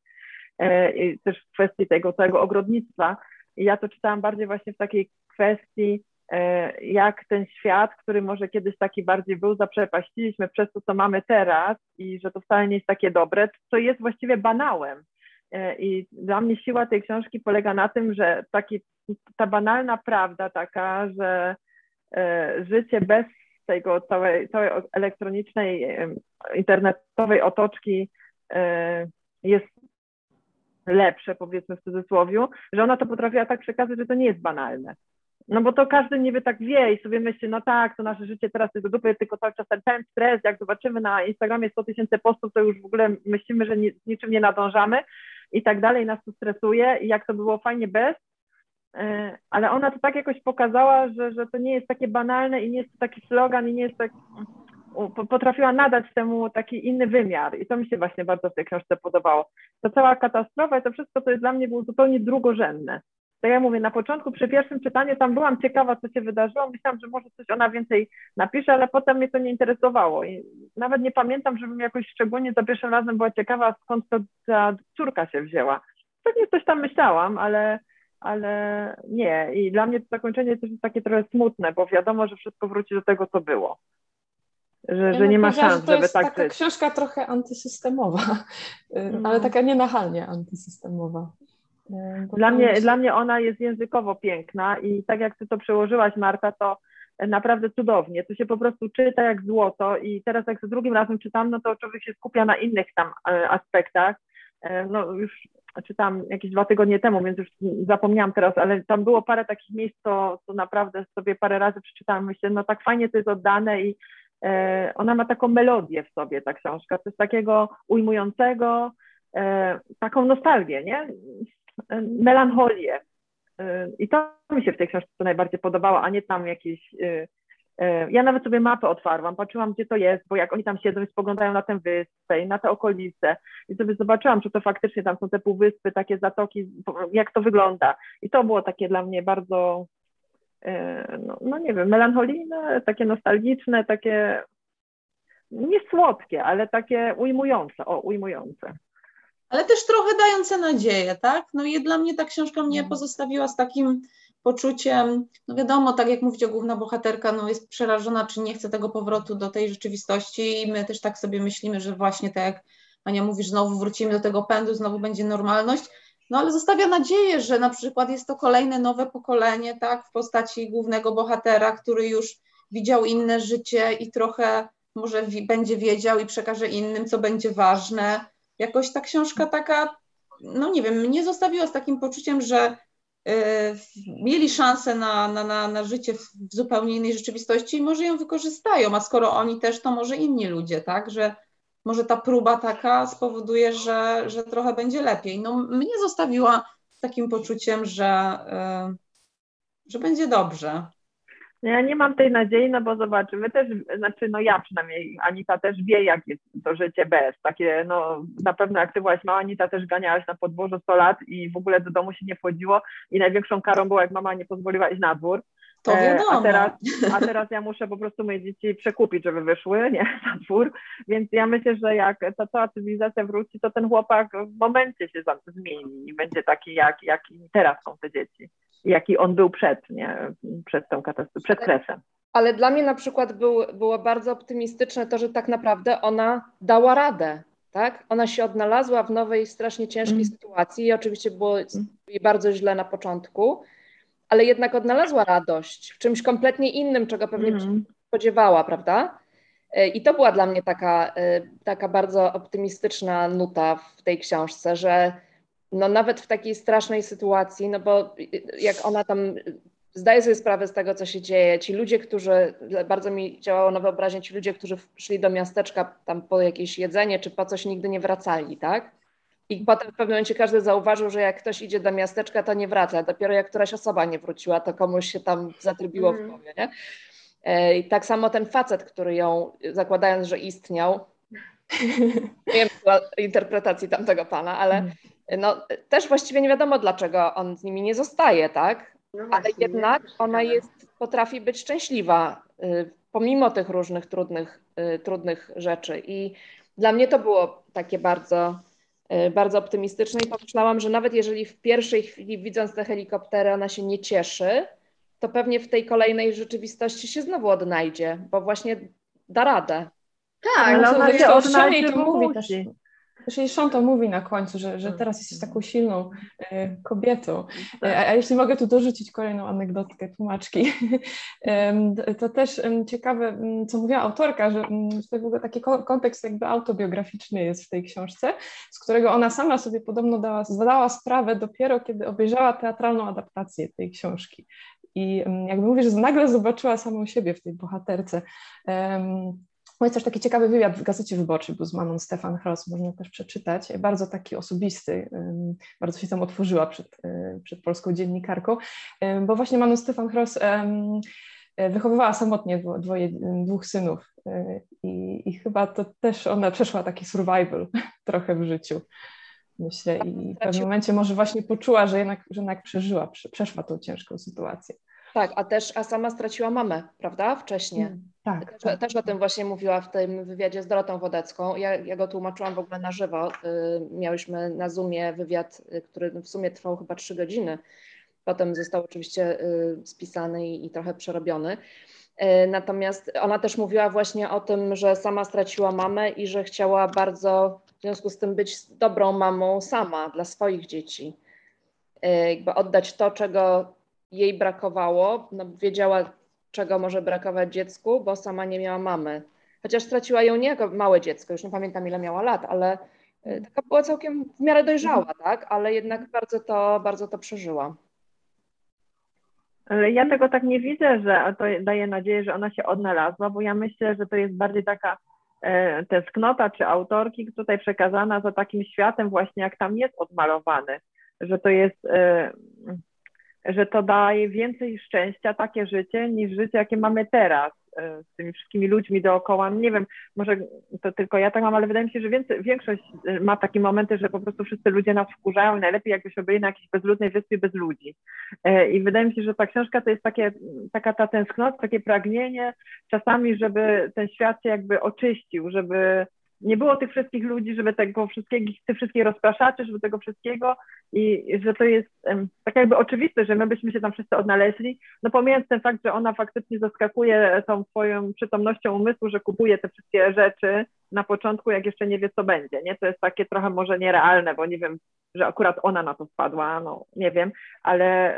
i też w kwestii tego całego ogrodnictwa. I ja to czytałam bardziej właśnie w takiej kwestii, jak ten świat, który może kiedyś taki bardziej był, zaprzepaściliśmy przez to, co mamy teraz i że to wcale nie jest takie dobre, to jest właściwie banałem. I dla mnie siła tej książki polega na tym, że taki, ta banalna prawda taka, że życie bez tego całej, całej elektronicznej, internetowej otoczki jest lepsze, powiedzmy w cudzysłowie, że ona to potrafiła tak przekazać, że to nie jest banalne. No bo to każdy niby tak wie i sobie myśli, no tak, to nasze życie teraz jest do dupy, tylko cały czas ten stres, jak zobaczymy na Instagramie sto tysięcy postów, to już w ogóle myślimy, że nic, niczym nie nadążamy i tak dalej, nas to stresuje i jak to było fajnie bez, ale ona to tak jakoś pokazała, że, że to nie jest takie banalne i nie jest to taki slogan i nie jest tak, potrafiła nadać temu taki inny wymiar i to mi się właśnie bardzo w tej książce podobało. Ta cała katastrofa i to wszystko, to jest dla mnie było zupełnie drugorzędne. Tak jak mówię, na początku przy pierwszym czytaniu tam byłam ciekawa, co się wydarzyło, myślałam, że może coś ona więcej napisze, ale potem mnie to nie interesowało i nawet nie pamiętam, żebym jakoś szczególnie za pierwszym razem była ciekawa, skąd to ta córka się wzięła. Pewnie coś tam myślałam, ale, ale nie i dla mnie to zakończenie też jest takie trochę smutne, bo wiadomo, że wszystko wróci do tego, co było. Że, ja że nie ma szans, to żeby jest tak taka żyć. książka trochę antysystemowa, No. ale taka nienachalnie antysystemowa. Dla mnie, dla mnie ona jest językowo piękna i tak jak ty to przełożyłaś, Marta, to naprawdę cudownie. To się po prostu czyta jak złoto i teraz jak za drugim razem czytam, no to człowiek się skupia na innych tam aspektach. No już czytam jakieś dwa tygodnie temu, więc już zapomniałam teraz, ale tam było parę takich miejsc, co, co naprawdę sobie parę razy przeczytałam. Myślę, no tak fajnie to jest oddane i e, ona ma taką melodię w sobie, ta książka. To jest takiego ujmującego, e, taką nostalgię, nie? Melancholię. I to mi się w tej książce najbardziej podobało, a nie tam jakieś... Ja nawet sobie mapę otwarłam, patrzyłam, gdzie to jest, bo jak oni tam siedzą i spoglądają na tę wyspę i na te okolice i sobie zobaczyłam, czy to faktycznie tam są te półwyspy, takie zatoki, jak to wygląda. I to było takie dla mnie bardzo, no, no nie wiem, melancholijne, takie nostalgiczne, takie nie słodkie, ale takie ujmujące, o, ujmujące. Ale też trochę dające nadzieję, tak? No i dla mnie ta książka mnie pozostawiła z takim poczuciem, no wiadomo, tak jak mówicie, główna bohaterka no jest przerażona, czy nie chce tego powrotu do tej rzeczywistości i my też tak sobie myślimy, że właśnie tak jak Ania mówi, że znowu wrócimy do tego pędu, znowu będzie normalność, no ale zostawia nadzieję, że na przykład jest to kolejne nowe pokolenie, tak, w postaci głównego bohatera, który już widział inne życie i trochę może wi- będzie wiedział i przekaże innym, co będzie ważne. Jakoś ta książka taka, no nie wiem, mnie zostawiła z takim poczuciem, że y, mieli szansę na, na, na, na życie w, w zupełnie innej rzeczywistości i może ją wykorzystają, a skoro oni też, to może inni ludzie, tak, że może ta próba taka spowoduje, że, że trochę będzie lepiej. No mnie zostawiła z takim poczuciem, że, y, że będzie dobrze. Ja nie mam tej nadziei, no bo zobaczymy też, znaczy no ja przynajmniej, Anita też wie, jak jest to życie bez. Takie, no na pewno jak ty byłaś mała, Anita też ganiałaś na podwórzu sto lat i w ogóle do domu się nie wchodziło i największą karą było, jak mama nie pozwoliła iść na dwór. To wiadomo. A teraz, a teraz ja muszę po prostu moje dzieci przekupić, żeby wyszły, nie, na dwór, więc ja myślę, że jak ta cała cywilizacja wróci, to ten chłopak w momencie się zmieni i będzie taki, jak, jaki teraz są te dzieci. Jaki on był przed, nie, przed tą katastrofą, przed kresem. Ale dla mnie na przykład był, było bardzo optymistyczne to, że tak naprawdę ona dała radę, tak? Ona się odnalazła w nowej, strasznie ciężkiej mm. sytuacji i oczywiście było jej bardzo źle na początku, ale jednak odnalazła radość w czymś kompletnie innym, czego pewnie mm. się spodziewała, prawda? I to była dla mnie taka, taka bardzo optymistyczna nuta w tej książce, że no nawet w takiej strasznej sytuacji, no bo jak ona tam zdaje sobie sprawę z tego, co się dzieje, ci ludzie, którzy, bardzo mi działało na wyobraźnię, ci ludzie, którzy szli do miasteczka tam po jakieś jedzenie, czy po coś nigdy nie wracali, tak? I potem w pewnym momencie każdy zauważył, że jak ktoś idzie do miasteczka, to nie wraca. Dopiero jak któraś osoba nie wróciła, to komuś się tam zatrybiło mm. w głowie, nie? I tak samo ten facet, który ją, zakładając, że istniał, Nie wiem interpretacji tamtego pana, ale no, też właściwie nie wiadomo, dlaczego on z nimi nie zostaje, tak? No Ale właśnie, jednak nie? ona jest, potrafi być szczęśliwa, y, pomimo tych różnych trudnych, y, trudnych rzeczy. I dla mnie to było takie bardzo, y, bardzo optymistyczne i pomyślałam, że nawet jeżeli w pierwszej chwili, widząc te helikoptery, ona się nie cieszy, to pewnie w tej kolejnej rzeczywistości się znowu odnajdzie, bo właśnie da radę. Tak, ale to ona się zresztą Sean odnajdzie, jej to bo mówi też. musi. Też jej Sean to mówi na końcu, że, że teraz jesteś taką silną e, kobietą. E, a, a jeśli mogę tu dorzucić kolejną anegdotkę tłumaczki, em, to też em, ciekawe, em, co mówiła autorka, że, em, że to w ogóle taki ko- kontekst jakby autobiograficzny jest w tej książce, z którego ona sama sobie podobno dała, zdała sprawę dopiero, kiedy obejrzała teatralną adaptację tej książki. I em, jakby mówię, że nagle zobaczyła samą siebie w tej bohaterce. Em, No jest też taki ciekawy wywiad w Gazecie Wyborczej, był z mamą Stefan Hross, można też przeczytać, bardzo taki osobisty, bardzo się tam otworzyła przed, przed polską dziennikarką, bo właśnie Manon Stefan Hross wychowywała samotnie dwoje, dwóch synów i, i chyba to też ona przeszła taki survival trochę w życiu, myślę, i w pewnym momencie może właśnie poczuła, że jednak, że jednak przeżyła, przeszła tą ciężką sytuację. Tak, a też, a sama straciła mamę, prawda? Wcześniej. Mm, tak, też, tak. też o tym właśnie mówiła w tym wywiadzie z Dorotą Wodecką. Ja, ja go tłumaczyłam w ogóle na żywo. Y, miałyśmy na Zoomie wywiad, y, który w sumie trwał chyba trzy godziny. Potem został oczywiście y, spisany i, i trochę przerobiony. Y, natomiast ona też mówiła właśnie o tym, że sama straciła mamę i że chciała bardzo w związku z tym być dobrą mamą sama dla swoich dzieci. Y, jakby oddać to, czego jej brakowało, no, wiedziała, czego może brakować dziecku, bo sama nie miała mamy. Chociaż straciła ją nie jako małe dziecko, już nie pamiętam ile miała lat, ale taka była całkiem w miarę dojrzała, tak? Ale jednak bardzo to, bardzo to przeżyła. Ale ja tego tak nie widzę, że to daje nadzieję, że ona się odnalazła, bo ja myślę, że to jest bardziej taka e, tęsknota czy autorki tutaj przekazana za takim światem właśnie, jak tam jest odmalowany, że to jest... E, że to daje więcej szczęścia, takie życie, niż życie, jakie mamy teraz z tymi wszystkimi ludźmi dookoła. Nie wiem, może to tylko ja tak mam, ale wydaje mi się, że więcej, większość ma takie momenty, że po prostu wszyscy ludzie nas wkurzają i najlepiej jakbyśmy byli na jakiejś bezludnej wyspie bez ludzi. I wydaje mi się, że ta książka to jest takie, taka ta tęsknota, takie pragnienie czasami, żeby ten świat się jakby oczyścił, żeby nie było tych wszystkich ludzi, żeby tego wszystkiego, tych wszystkich rozpraszaczy, żeby tego wszystkiego i że to jest um, tak jakby oczywiste, że my byśmy się tam wszyscy odnaleźli, no pomijając ten fakt, że ona faktycznie zaskakuje tą swoją przytomnością umysłu, że kupuje te wszystkie rzeczy na początku, jak jeszcze nie wie, co będzie, nie? To jest takie trochę może nierealne, bo nie wiem, że akurat ona na to wpadła, no nie wiem, ale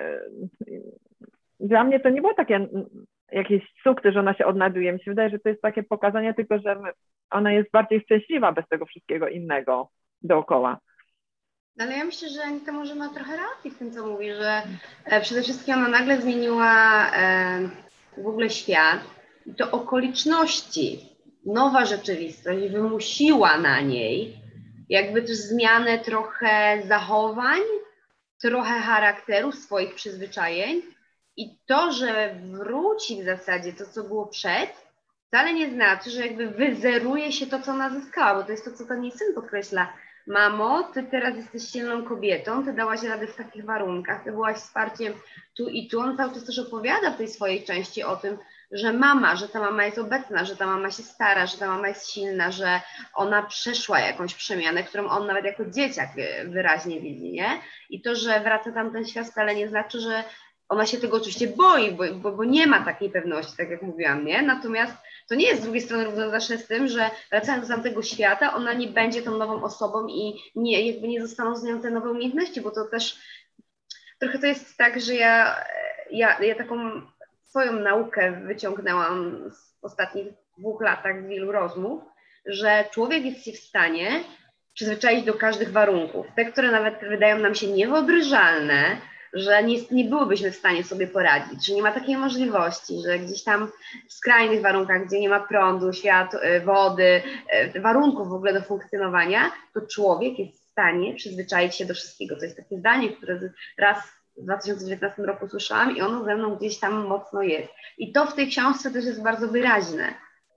dla mnie to nie było takie jakieś sukces, że ona się odnajduje. Mi się wydaje, że to jest takie pokazanie tylko, że ona jest bardziej szczęśliwa bez tego wszystkiego innego dookoła. Ale ja myślę, że Anita może ma trochę racji w tym, co mówi, że e, przede wszystkim ona nagle zmieniła e, w ogóle świat i to okoliczności, nowa rzeczywistość wymusiła na niej jakby też zmianę trochę zachowań, trochę charakteru, swoich przyzwyczajeń i to, że wróci w zasadzie to, co było przed, wcale nie znaczy, że jakby wyzeruje się to, co ona zyskała, bo to jest to, co ten jej syn podkreśla. Mamo, ty teraz jesteś silną kobietą, ty dałaś radę w takich warunkach, ty byłaś wsparciem tu i tu. On cały czas też opowiada w tej swojej części o tym, że mama, że ta mama jest obecna, że ta mama się stara, że ta mama jest silna, że ona przeszła jakąś przemianę, którą on nawet jako dzieciak wyraźnie widzi, nie? I to, że wraca tam ten świat, wcale nie znaczy, że ona się tego oczywiście boi, bo, bo, bo nie ma takiej pewności, tak jak mówiłam, nie? Natomiast to nie jest z drugiej strony równoznaczne z tym, że wracając do tamtego świata, ona nie będzie tą nową osobą i nie, jakby nie zostaną z nią te nowe umiejętności, bo to też trochę to jest tak, że ja, ja, ja taką swoją naukę wyciągnęłam z ostatnich dwóch latach z wielu rozmów, że człowiek jest się w stanie przyzwyczaić do każdych warunków. Te, które nawet wydają nam się niewyobrażalne, że nie, nie byłybyśmy w stanie sobie poradzić, że nie ma takiej możliwości, że gdzieś tam w skrajnych warunkach, gdzie nie ma prądu, światła, wody, warunków w ogóle do funkcjonowania, to człowiek jest w stanie przyzwyczaić się do wszystkiego. To jest takie zdanie, które raz w dwa tysiące dziewiętnastym roku słyszałam i ono ze mną gdzieś tam mocno jest. I to w tej książce też jest bardzo wyraźne,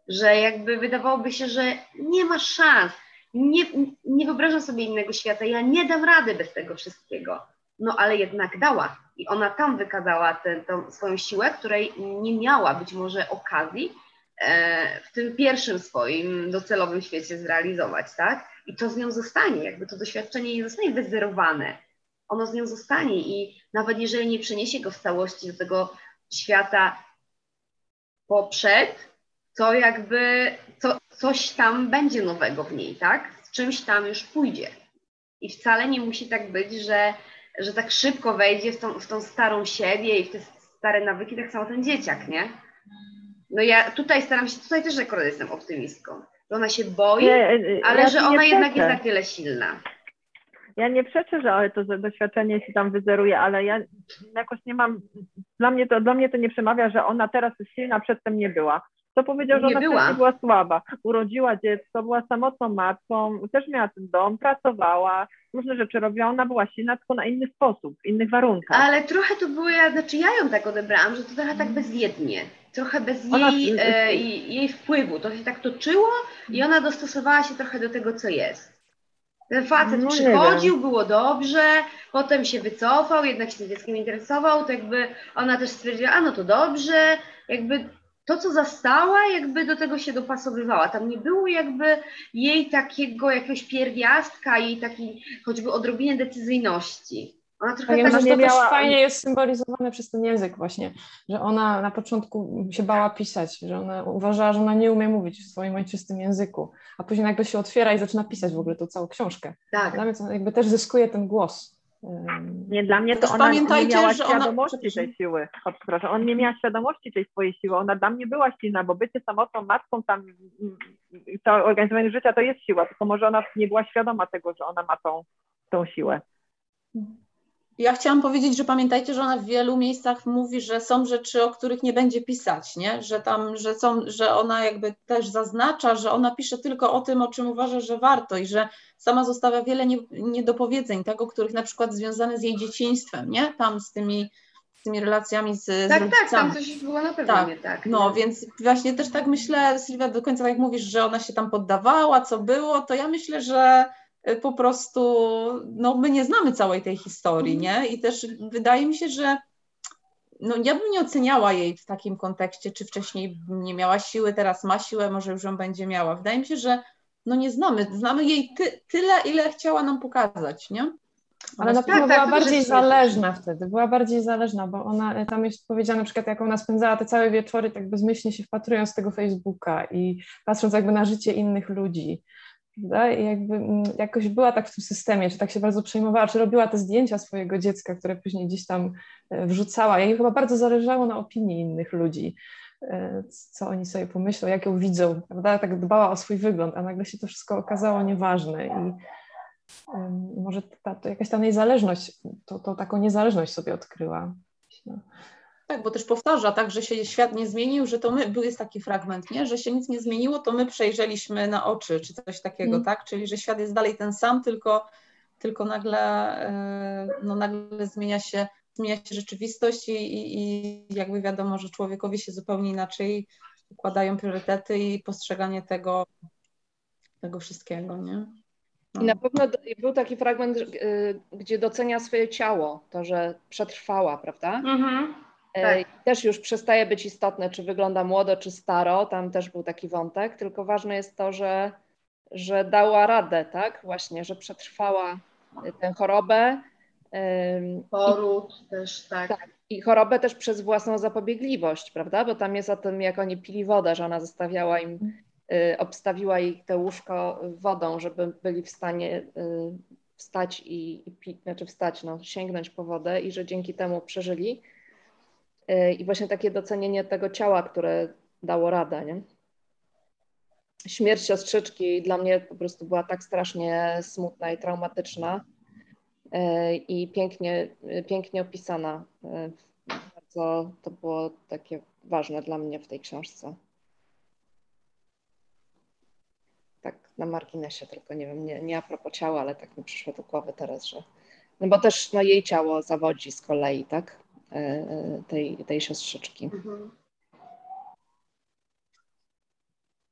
że jakby wydawałoby się, że nie ma szans, nie, nie wyobrażam sobie innego świata, ja nie dam rady bez tego wszystkiego. No ale jednak dała i ona tam wykazała tę, tę swoją siłę, której nie miała być może okazji e, w tym pierwszym swoim docelowym świecie zrealizować, tak? I to z nią zostanie, jakby to doświadczenie nie zostanie wyzerowane. Ono z nią zostanie i nawet jeżeli nie przeniesie go w całości do tego świata poprzed, to jakby co, coś tam będzie nowego w niej, tak? Z czymś tam już pójdzie. I wcale nie musi tak być, że, że tak szybko wejdzie w tą, w tą starą siebie i w te stare nawyki, tak samo ten dzieciak, nie? No ja tutaj staram się, tutaj też akurat jestem optymistką, że ona się boi, Nie, ale ja że nie ona jednak przeczę. jest na tyle silna. Ja nie przeczę, że to że doświadczenie się tam wyzeruje, ale ja jakoś nie mam, dla mnie to, dla mnie to nie przemawia, że ona teraz jest silna, przedtem nie była. To powiedział, że Nie ona była. wcześniej była słaba, urodziła dziecko, była samotną matką, też miała ten dom, pracowała, różne rzeczy robiła, ona była silna, tylko na inny sposób, w innych warunkach. Ale trochę to było, ja, znaczy ja ją tak odebrałam, że to trochę tak bezwiednie, trochę bez Ona- jej, e, jej, jej wpływu. To się tak toczyło i ona dostosowała się trochę do tego, co jest. Ten facet No nie przychodził, było dobrze, potem się wycofał, jednak się tym dzieckiem interesował, to jakby ona też stwierdziła, a no to dobrze, jakby to, co zastała, jakby do tego się dopasowywała. Tam nie było jakby jej takiego jakiegoś pierwiastka, jej takiej choćby odrobinę decyzyjności. Ona trochę Tak, ja tak... myślę, że nie to też miała- fajnie jest symbolizowane przez ten język właśnie, że ona na początku się bała pisać, że ona uważała, że ona nie umie mówić w swoim ojczystym języku, a później nagle się otwiera i zaczyna pisać w ogóle tą całą książkę. Tak. Dla mnie to jakby też zyskuje ten głos. Nie, dla mnie to Też ona pamiętajcie, nie miała że ona- świadomości przepraszam. tej siły. O, przepraszam, on nie miała świadomości tej swojej siły. Ona dla mnie była silna, bo bycie samotną matką tam, mm, to organizowanie życia to jest siła, tylko może ona nie była świadoma tego, że ona ma tą, tą siłę. Ja chciałam powiedzieć, że pamiętajcie, że ona w wielu miejscach mówi, że są rzeczy, o których nie będzie pisać, nie? Że tam, że są, że ona jakby też zaznacza, że ona pisze tylko o tym, o czym uważa, że warto i że sama zostawia wiele nie, niedopowiedzeń, tak, o których na przykład związane z jej dzieciństwem, nie? Tam z tymi, z tymi relacjami z, z Tak, rodzicami. tak, tam coś było na pewno Tak, nie tak. No, nie? więc właśnie też tak myślę, Sylwia, do końca tak jak mówisz, że ona się tam poddawała, co było, to ja myślę, że po prostu, no my nie znamy całej tej historii, nie? I też wydaje mi się, że no ja bym nie oceniała jej w takim kontekście, czy wcześniej nie miała siły, teraz ma siłę, może już ją będzie miała. Wydaje mi się, że no nie znamy, znamy jej ty, tyle, ile chciała nam pokazać, nie? Ale na pewno tak, tak, była to bardziej też jest zależna wtedy, była bardziej zależna, bo ona, tam jest powiedziane na przykład, jak ona spędzała te całe wieczory tak bezmyślnie się wpatrując z tego Facebooka i patrząc jakby na życie innych ludzi. Prawda? I jakby mm, jakoś była tak w tym systemie, czy tak się bardzo przejmowała, czy robiła te zdjęcia swojego dziecka, które później gdzieś tam e, wrzucała. Jej chyba bardzo zależało na opinii innych ludzi, e, co oni sobie pomyślą, jak ją widzą, prawda? Tak dbała o swój wygląd, a nagle się to wszystko okazało nieważne i em, może ta, to jakaś ta niezależność, to, to taką niezależność sobie odkryła. No. Tak, bo też powtarza, tak, że się świat nie zmienił, że to my, był jest taki fragment, nie? Że się nic nie zmieniło, to my przejrzeliśmy na oczy, czy coś takiego, Mm. tak? Czyli, że świat jest dalej ten sam, tylko, tylko nagle, e, no, nagle zmienia się, zmienia się rzeczywistość i, i, i jakby wiadomo, że człowiekowi się zupełnie inaczej układają priorytety i postrzeganie tego, tego wszystkiego, nie? No. I na pewno do- był taki fragment, y, gdzie docenia swoje ciało, to, że przetrwała, prawda? Mhm. Y, Tak. Też już przestaje być istotne, czy wygląda młodo, czy staro, tam też był taki wątek, tylko ważne jest to, że, że dała radę, tak? Właśnie, że przetrwała y, tę chorobę. ym, Poród też, tak. Tak. I chorobę też przez własną zapobiegliwość, prawda? Bo tam jest o tym, jak oni pili wodę, że ona zostawiała im, y, obstawiła ich te łóżko wodą, żeby byli w stanie y, wstać i, i pić, znaczy wstać, no, sięgnąć po wodę i że dzięki temu przeżyli. Y, I właśnie takie docenienie tego ciała, które dało radę, nie? Śmierć siostrzyczki dla mnie po prostu była tak strasznie smutna i traumatyczna. I pięknie, pięknie opisana. Bardzo to było takie ważne dla mnie w tej książce. Tak na marginesie, tylko nie wiem, nie, nie a propos ciała, ale tak mi przyszło do głowy teraz, że no bo też no, jej ciało zawodzi z kolei, tak? Tej, tej siostrzyczki. Mhm.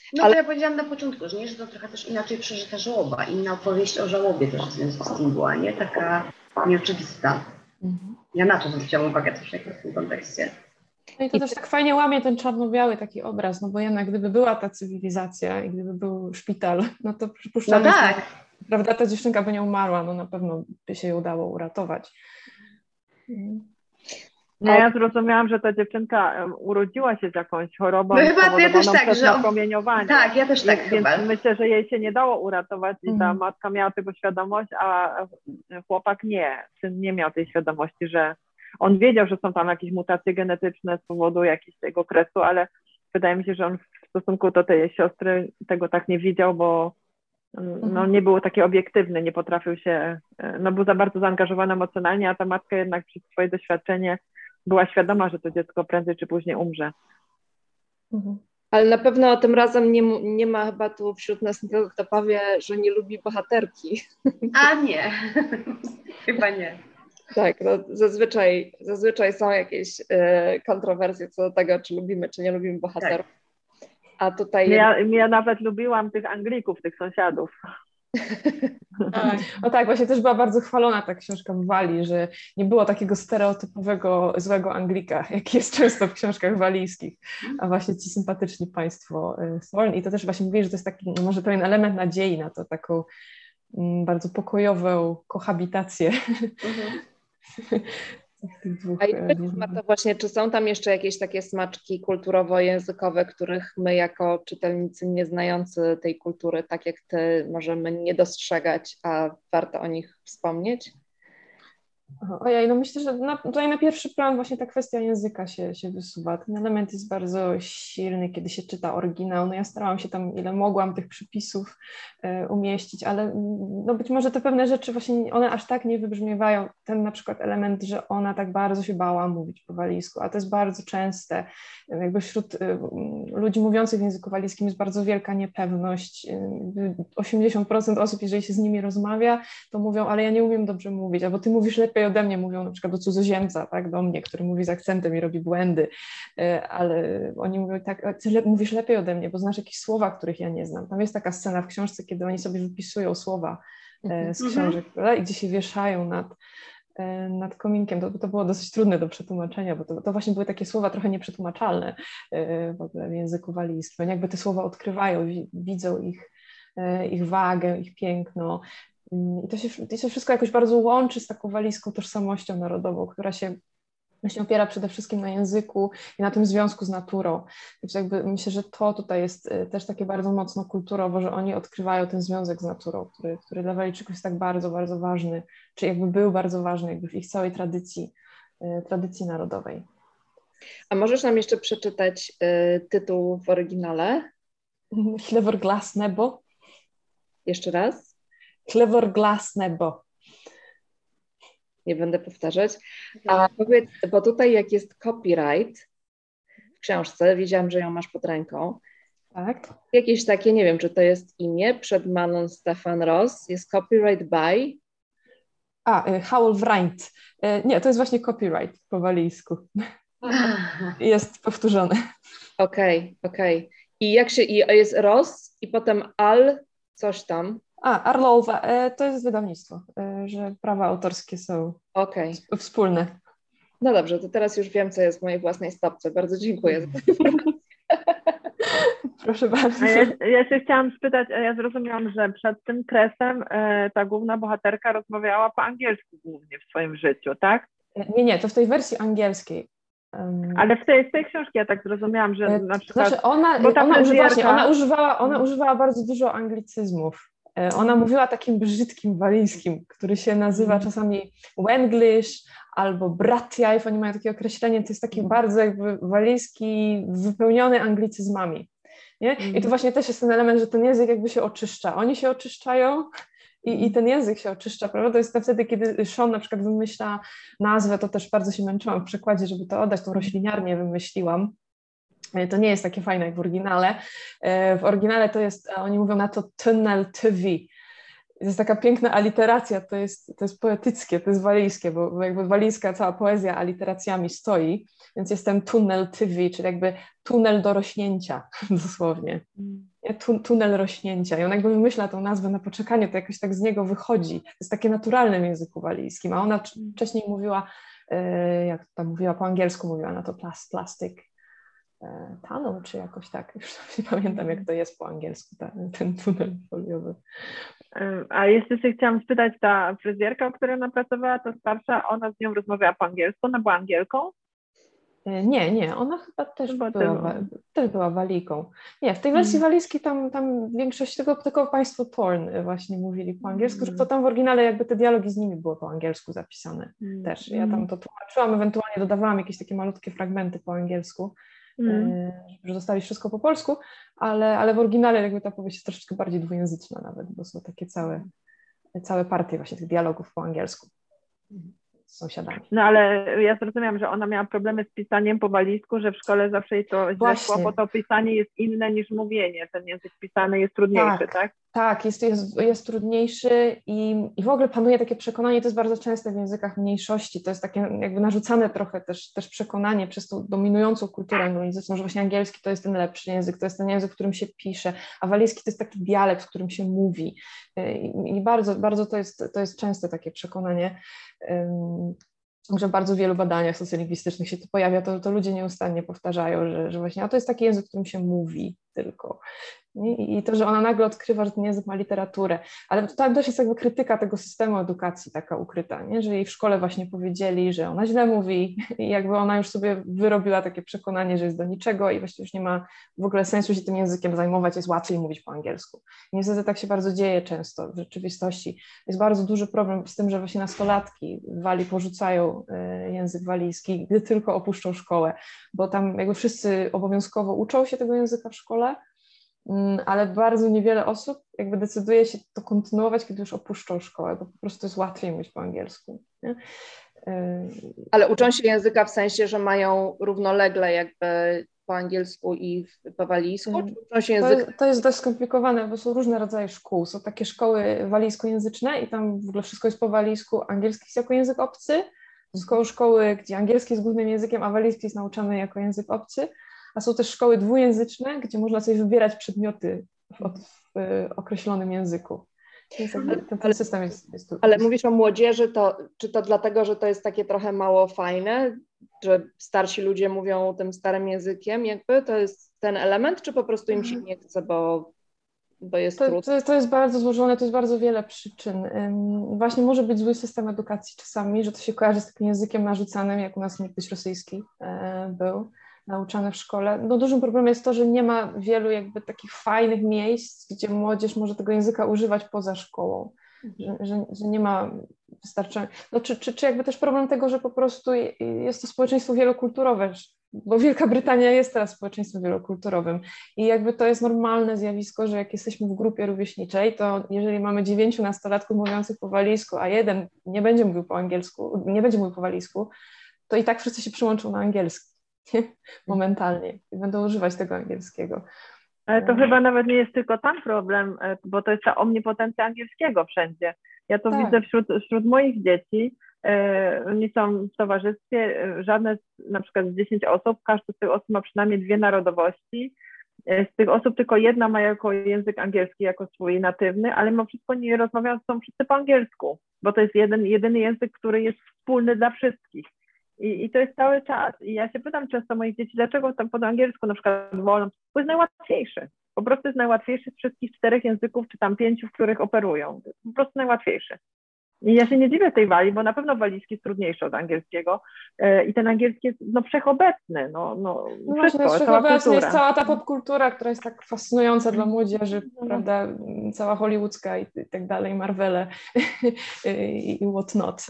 No Ale- to ja powiedziałam na początku, że nie, że to trochę też inaczej przeżyta żałoba, inna opowieść o żałobie też w związku z tym była, nie? Taka nieoczywista. Mhm. Ja na to zwróciłam uwagę też jakoś w tym kontekście. No i to I też tak fajnie łamie ten czarno-biały taki obraz, no bo jednak gdyby była ta cywilizacja i gdyby był szpital, no to No przypuszczalnie, tak, prawda, ta dziewczynka by nie umarła, no na pewno by się jej udało uratować. Mhm. Nie, ja zrozumiałam, że ta dziewczynka em, urodziła się z jakąś chorobą No chyba ja też spowodowaną tak, przez że on- napromieniowanie. tak, ja też tak I- chyba. Więc myślę, że jej się nie dało uratować i ta Mhm. matka miała tego świadomość, a chłopak nie. Syn nie miał tej świadomości, że on wiedział, że są tam jakieś mutacje genetyczne z powodu jakiegoś tego kresu, ale wydaje mi się, że on w stosunku do tej siostry tego tak nie widział, bo no, nie był taki obiektywny, nie potrafił się, no był za bardzo zaangażowany emocjonalnie, a ta matka jednak przez swoje doświadczenie była świadoma, że to dziecko prędzej czy później umrze. Mhm. Ale na pewno tym razem nie, mu- nie ma chyba tu wśród nas nikogo, kto powie, że nie lubi bohaterki. A nie, chyba nie. Tak, no zazwyczaj, zazwyczaj są jakieś e, kontrowersje co do tego, czy lubimy, czy nie lubimy bohaterów. A tutaj Ja, ja nawet lubiłam tych Anglików, tych sąsiadów. Tak. No tak, właśnie też była bardzo chwalona ta książka w Walii, że nie było takiego stereotypowego złego Anglika, jaki jest często w książkach walijskich, a właśnie ci sympatyczni państwo y, Thorn. I to też właśnie mówię, że to jest taki no, może pewien element nadziei na to, taką mm, bardzo pokojową kohabitację Mhm. tych dwóch. A i e, powiedz, Marta, właśnie, czy są tam jeszcze jakieś takie smaczki kulturowo-językowe, których my jako czytelnicy nie znający tej kultury, tak jak ty, możemy nie dostrzegać, a warto o nich wspomnieć? Aha, ojej, no myślę, że na, tutaj na pierwszy plan właśnie ta kwestia języka się, się wysuwa. Ten element jest bardzo silny, kiedy się czyta oryginał. No ja starałam się tam, ile mogłam, tych przypisów e, umieścić, ale mm, no być może te pewne rzeczy właśnie, one aż tak nie wybrzmiewają. Ten na przykład element, że ona tak bardzo się bała mówić po walijsku, a to jest bardzo częste. Jakby wśród y, ludzi mówiących w języku walijskim jest bardzo wielka niepewność. Y, osiemdziesiąt procent osób, jeżeli się z nimi rozmawia, to mówią, ale ja nie umiem dobrze mówić, albo ty mówisz lepiej ode mnie, mówią na przykład do cudzoziemca, tak, do mnie, który mówi z akcentem i robi błędy, ale oni mówią tak, ty le- mówisz lepiej ode mnie, bo znasz jakieś słowa, których ja nie znam. Tam jest taka scena w książce, kiedy oni sobie wypisują słowa e, z książek, prawda, i gdzie się wieszają nad, e, nad kominkiem. To, to było dosyć trudne do przetłumaczenia, bo to, to właśnie były takie słowa trochę nieprzetłumaczalne e, w ogóle w języku walijskim. Oni jakby te słowa odkrywają, wi- widzą ich, e, ich wagę, ich piękno. I to się, to się wszystko jakoś bardzo łączy z taką walijską tożsamością narodową, która się właśnie opiera przede wszystkim na języku i na tym związku z naturą. Więc jakby myślę, że to tutaj jest też takie bardzo mocno kulturowo, że oni odkrywają ten związek z naturą, który, który dla Walijczyków jest tak bardzo, bardzo ważny, czy jakby był bardzo ważny jakby w ich całej tradycji, tradycji narodowej. A możesz nam jeszcze przeczytać y, tytuł w oryginale? Cleverglass nebo. Jeszcze raz? Cleverglass nebo. Nie będę powtarzać. A powiedz, bo tutaj jak jest copyright w książce, wiedziałam, że ją masz pod ręką, Tak. jakieś takie, nie wiem, czy to jest imię, przed Manon Stefan Ross, jest copyright by... A, y, Howell Wright. Y, Nie, to jest właśnie copyright po walijsku. Jest powtórzone. Okej, okej. I jak się, i jest Ross i potem Al coś tam. A, Arlowa, y, to jest wydawnictwo, y, że prawa autorskie są Okej. wspólne. No dobrze, to teraz już wiem, co jest w mojej własnej stopce. Bardzo dziękuję za tę informację. Proszę bardzo. A ja, ja się chciałam spytać, a ja zrozumiałam, że przed tym kresem e, ta główna bohaterka rozmawiała po angielsku głównie w swoim życiu, tak? Nie, nie, to w tej wersji angielskiej. Um, Ale w tej, w tej książce ja tak zrozumiałam, że e, na to przykład... znaczy ona, bo ta ona, uży, fryzjerka- właśnie, ona, używała, ona używała bardzo dużo anglicyzmów. E, Ona mówiła takim brzydkim walijskim, który się nazywa czasami Wenglish albo Bratjajf, oni mają takie określenie, to jest taki bardzo jakby walijski, wypełniony anglicyzmami. Nie? I to właśnie też jest ten element, że ten język jakby się oczyszcza. Oni się oczyszczają i, i ten język się oczyszcza, prawda? To jest to wtedy, kiedy Sean na przykład wymyśla nazwę, to też bardzo się męczyłam w przekładzie, żeby to oddać, tą rośliniarnię wymyśliłam. To nie jest takie fajne jak w oryginale. W oryginale to jest, oni mówią na to tunnel tvi. To jest taka piękna aliteracja, to jest, to jest poetyckie, to jest walijskie, bo, bo jakby walijska cała poezja aliteracjami stoi, więc jest ten tunnel tvi, czyli jakby tunel do rośnięcia dosłownie. Tu, tunel rośnięcia i on jakby wymyśla tą nazwę na poczekanie, to jakoś tak z niego wychodzi. To jest takie naturalne w języku walijskim, a ona wcześniej mówiła, jak tam mówiła po angielsku, mówiła na to plas, plastic tunnel, czy jakoś tak, już nie pamiętam jak to jest po angielsku, ten, ten tunel foliowy. A jeszcze się chciałam spytać, ta fryzjerka, o której ona pracowała, to starsza, ona z nią rozmawiała po angielsku, ona była Angielką? Nie, nie, ona chyba też Chyba była, tylu. też była Walijką. Nie, w tej wersji Mhm. walijskiej tam, tam większość tego, tylko państwo Thorn właśnie mówili po angielsku, że to tam w oryginale jakby te dialogi z nimi były po angielsku zapisane też. Ja tam to tłumaczyłam, ewentualnie dodawałam jakieś takie malutkie fragmenty po angielsku, Mm. żeby zostawić wszystko po polsku, ale, ale w oryginale jakby ta powieść jest troszeczkę bardziej dwujęzyczna nawet, bo są takie całe, całe partie właśnie tych dialogów po angielsku z sąsiadami. No ale ja zrozumiałam, że ona miała problemy z pisaniem po walijsku, że w szkole zawsze jej to źle Właśnie. szło, bo to pisanie jest inne niż mówienie. Ten język pisany jest trudniejszy, tak? Tak, tak jest, jest, jest trudniejszy i, i w ogóle panuje takie przekonanie, to jest bardzo częste w językach mniejszości, to jest takie jakby narzucane trochę też, też przekonanie przez tą dominującą kulturę anglojęzyczną, że właśnie angielski to jest ten lepszy język, to jest ten język, w którym się pisze, a walijski to jest taki dialekt, w którym się mówi. I, i bardzo, bardzo to jest, to jest częste takie przekonanie, um, że w bardzo wielu badaniach socjolingwistycznych się to pojawia, to, to ludzie nieustannie powtarzają, że, że właśnie a to jest taki język, w którym się mówi tylko. I, I to, że ona nagle odkrywa, że ten język ma literaturę, ale to też jest jakby krytyka tego systemu edukacji taka ukryta, nie? Że jej w szkole właśnie powiedzieli, że ona źle mówi i jakby ona już sobie wyrobiła takie przekonanie, że jest do niczego i właściwie już nie ma w ogóle sensu się tym językiem zajmować, jest łatwiej mówić po angielsku. I niestety tak się bardzo dzieje często w rzeczywistości. Jest bardzo duży problem z tym, że właśnie nastolatki w Walii porzucają język walijski, gdy tylko opuszczą szkołę, bo tam jakby wszyscy obowiązkowo uczą się tego języka w szkole, ale bardzo niewiele osób jakby decyduje się to kontynuować, kiedy już opuszczą szkołę, bo po prostu jest łatwiej mówić po angielsku. Nie? Ale uczą się języka w sensie, że mają równolegle jakby po angielsku i po walijsku? Czy uczą się języka? To, to jest dość skomplikowane, bo są różne rodzaje szkół. Są takie szkoły walijskojęzyczne i tam w ogóle wszystko jest po walijsku, angielski jest jako język obcy. Są szkoły, gdzie angielski jest głównym językiem, a walijski jest nauczany jako język obcy. A są też szkoły dwujęzyczne, gdzie można sobie wybierać przedmioty w, w, w określonym języku. Więc ten, ten system jest, jest tu. Ale mówisz o młodzieży, to czy to dlatego, że to jest takie trochę mało fajne, że starsi ludzie mówią tym starym językiem, jakby to jest ten element, czy po prostu im się nie chce, bo, bo jest to, trudno? to, to jest bardzo złożone, to jest bardzo wiele przyczyn. Um, właśnie może być zły system edukacji czasami, że to się kojarzy z takim językiem narzucanym, jak u nas niegdyś rosyjski e, był nauczane w szkole. No dużym problemem jest to, że nie ma wielu jakby takich fajnych miejsc, gdzie młodzież może tego języka używać poza szkołą, że, że, że nie ma wystarczająco, no czy, czy, czy jakby też problem tego, że po prostu jest to społeczeństwo wielokulturowe, bo Wielka Brytania jest teraz społeczeństwem wielokulturowym i jakby to jest normalne zjawisko, że jak jesteśmy w grupie rówieśniczej, to jeżeli mamy dziewięciu nastolatków mówiących po walijsku, a jeden nie będzie mówił po angielsku, nie będzie mówił po walijsku, to i tak wszyscy się przyłączą na angielski. Momentalnie i będą używać tego angielskiego. Ale to chyba nawet nie jest tylko tam problem, bo to jest ta omnipotencja angielskiego wszędzie. Ja to tak. widzę wśród, wśród moich dzieci. Oni są w towarzystwie, żadne z, na przykład z dziesięć osób, każdy z tych osób ma przynajmniej dwie narodowości. Z tych osób tylko jedna ma jako język angielski, jako swój natywny, ale mimo wszystko nie rozmawiają są wszyscy po angielsku, bo to jest jeden, jedyny język, który jest wspólny dla wszystkich. I, I to jest cały czas. I ja się pytam często moich dzieci, dlaczego tam po angielsku na przykład wolą, bo jest najłatwiejszy. Po prostu jest najłatwiejszy z wszystkich czterech języków, czy tam pięciu, w których operują. To jest po prostu najłatwiejszy. I ja się nie dziwię tej Walii, bo na pewno walijski jest trudniejszy od angielskiego yy, i ten angielski jest no, wszechobecny. No, no, no wszystko, właśnie, jest cała wszechobecny, kultura. jest cała ta popkultura, która jest tak fascynująca dla młodzieży, no. prawda, cała hollywoodzka i, i tak dalej, Marvele i, i what not.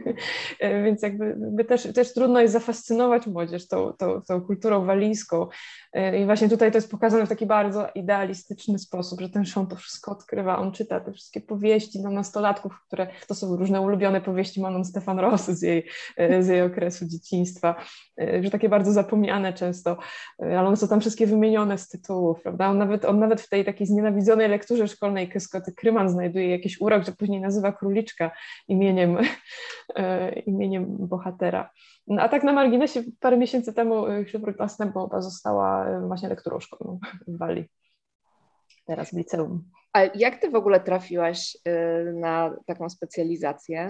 Więc jakby, jakby też, też trudno jest zafascynować młodzież tą, tą, tą kulturą walijską. I właśnie tutaj to jest pokazane w taki bardzo idealistyczny sposób, że ten Sean to wszystko odkrywa, on czyta te wszystkie powieści dla nastolatków, które to są różne ulubione powieści Manon Stefan Ross z jej, z jej okresu dzieciństwa, że takie bardzo zapomniane często, ale one są tam wszystkie wymienione z tytułów, prawda? On nawet, on nawet w tej takiej znienawidzonej lekturze szkolnej Kyskoty Kryman znajduje jakiś urok, że później nazywa króliczka imieniem, imieniem bohatera. No, a tak na marginesie, parę miesięcy temu Chrybrut Następna została właśnie lekturą szkolną w Walii. teraz w liceum. A jak ty w ogóle trafiłaś y, na taką specjalizację?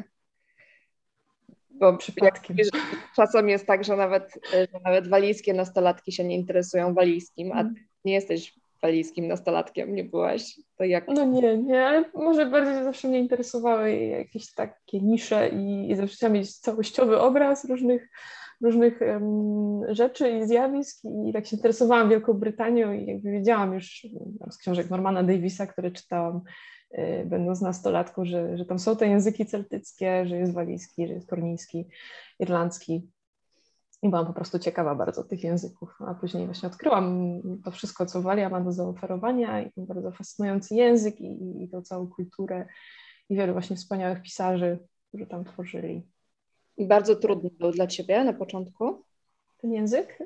Bo Przypadkiem. jak, czasem jest tak, że nawet, y, że nawet walijskie nastolatki się nie interesują walijskim, a ty nie jesteś walijskim nastolatkiem, nie byłaś. To jak? No nie, nie, ale może bardziej zawsze mnie interesowały jakieś takie nisze i, i zawsze chciałam mieć całościowy obraz różnych, różnych um, rzeczy i zjawisk i tak się interesowałam Wielką Brytanią i jakby wiedziałam już tam, z książek Normana Davisa, które czytałam y, będąc nastolatką, że, że tam są te języki celtyckie, że jest walijski, że jest kornijski, irlandzki. I byłam po prostu ciekawa bardzo tych języków, a później właśnie odkryłam to wszystko, co Walia ma do zaoferowania i ten bardzo fascynujący język i, i tą całą kulturę i wielu właśnie wspaniałych pisarzy, którzy tam tworzyli. I bardzo trudny był dla ciebie na początku? Ten język?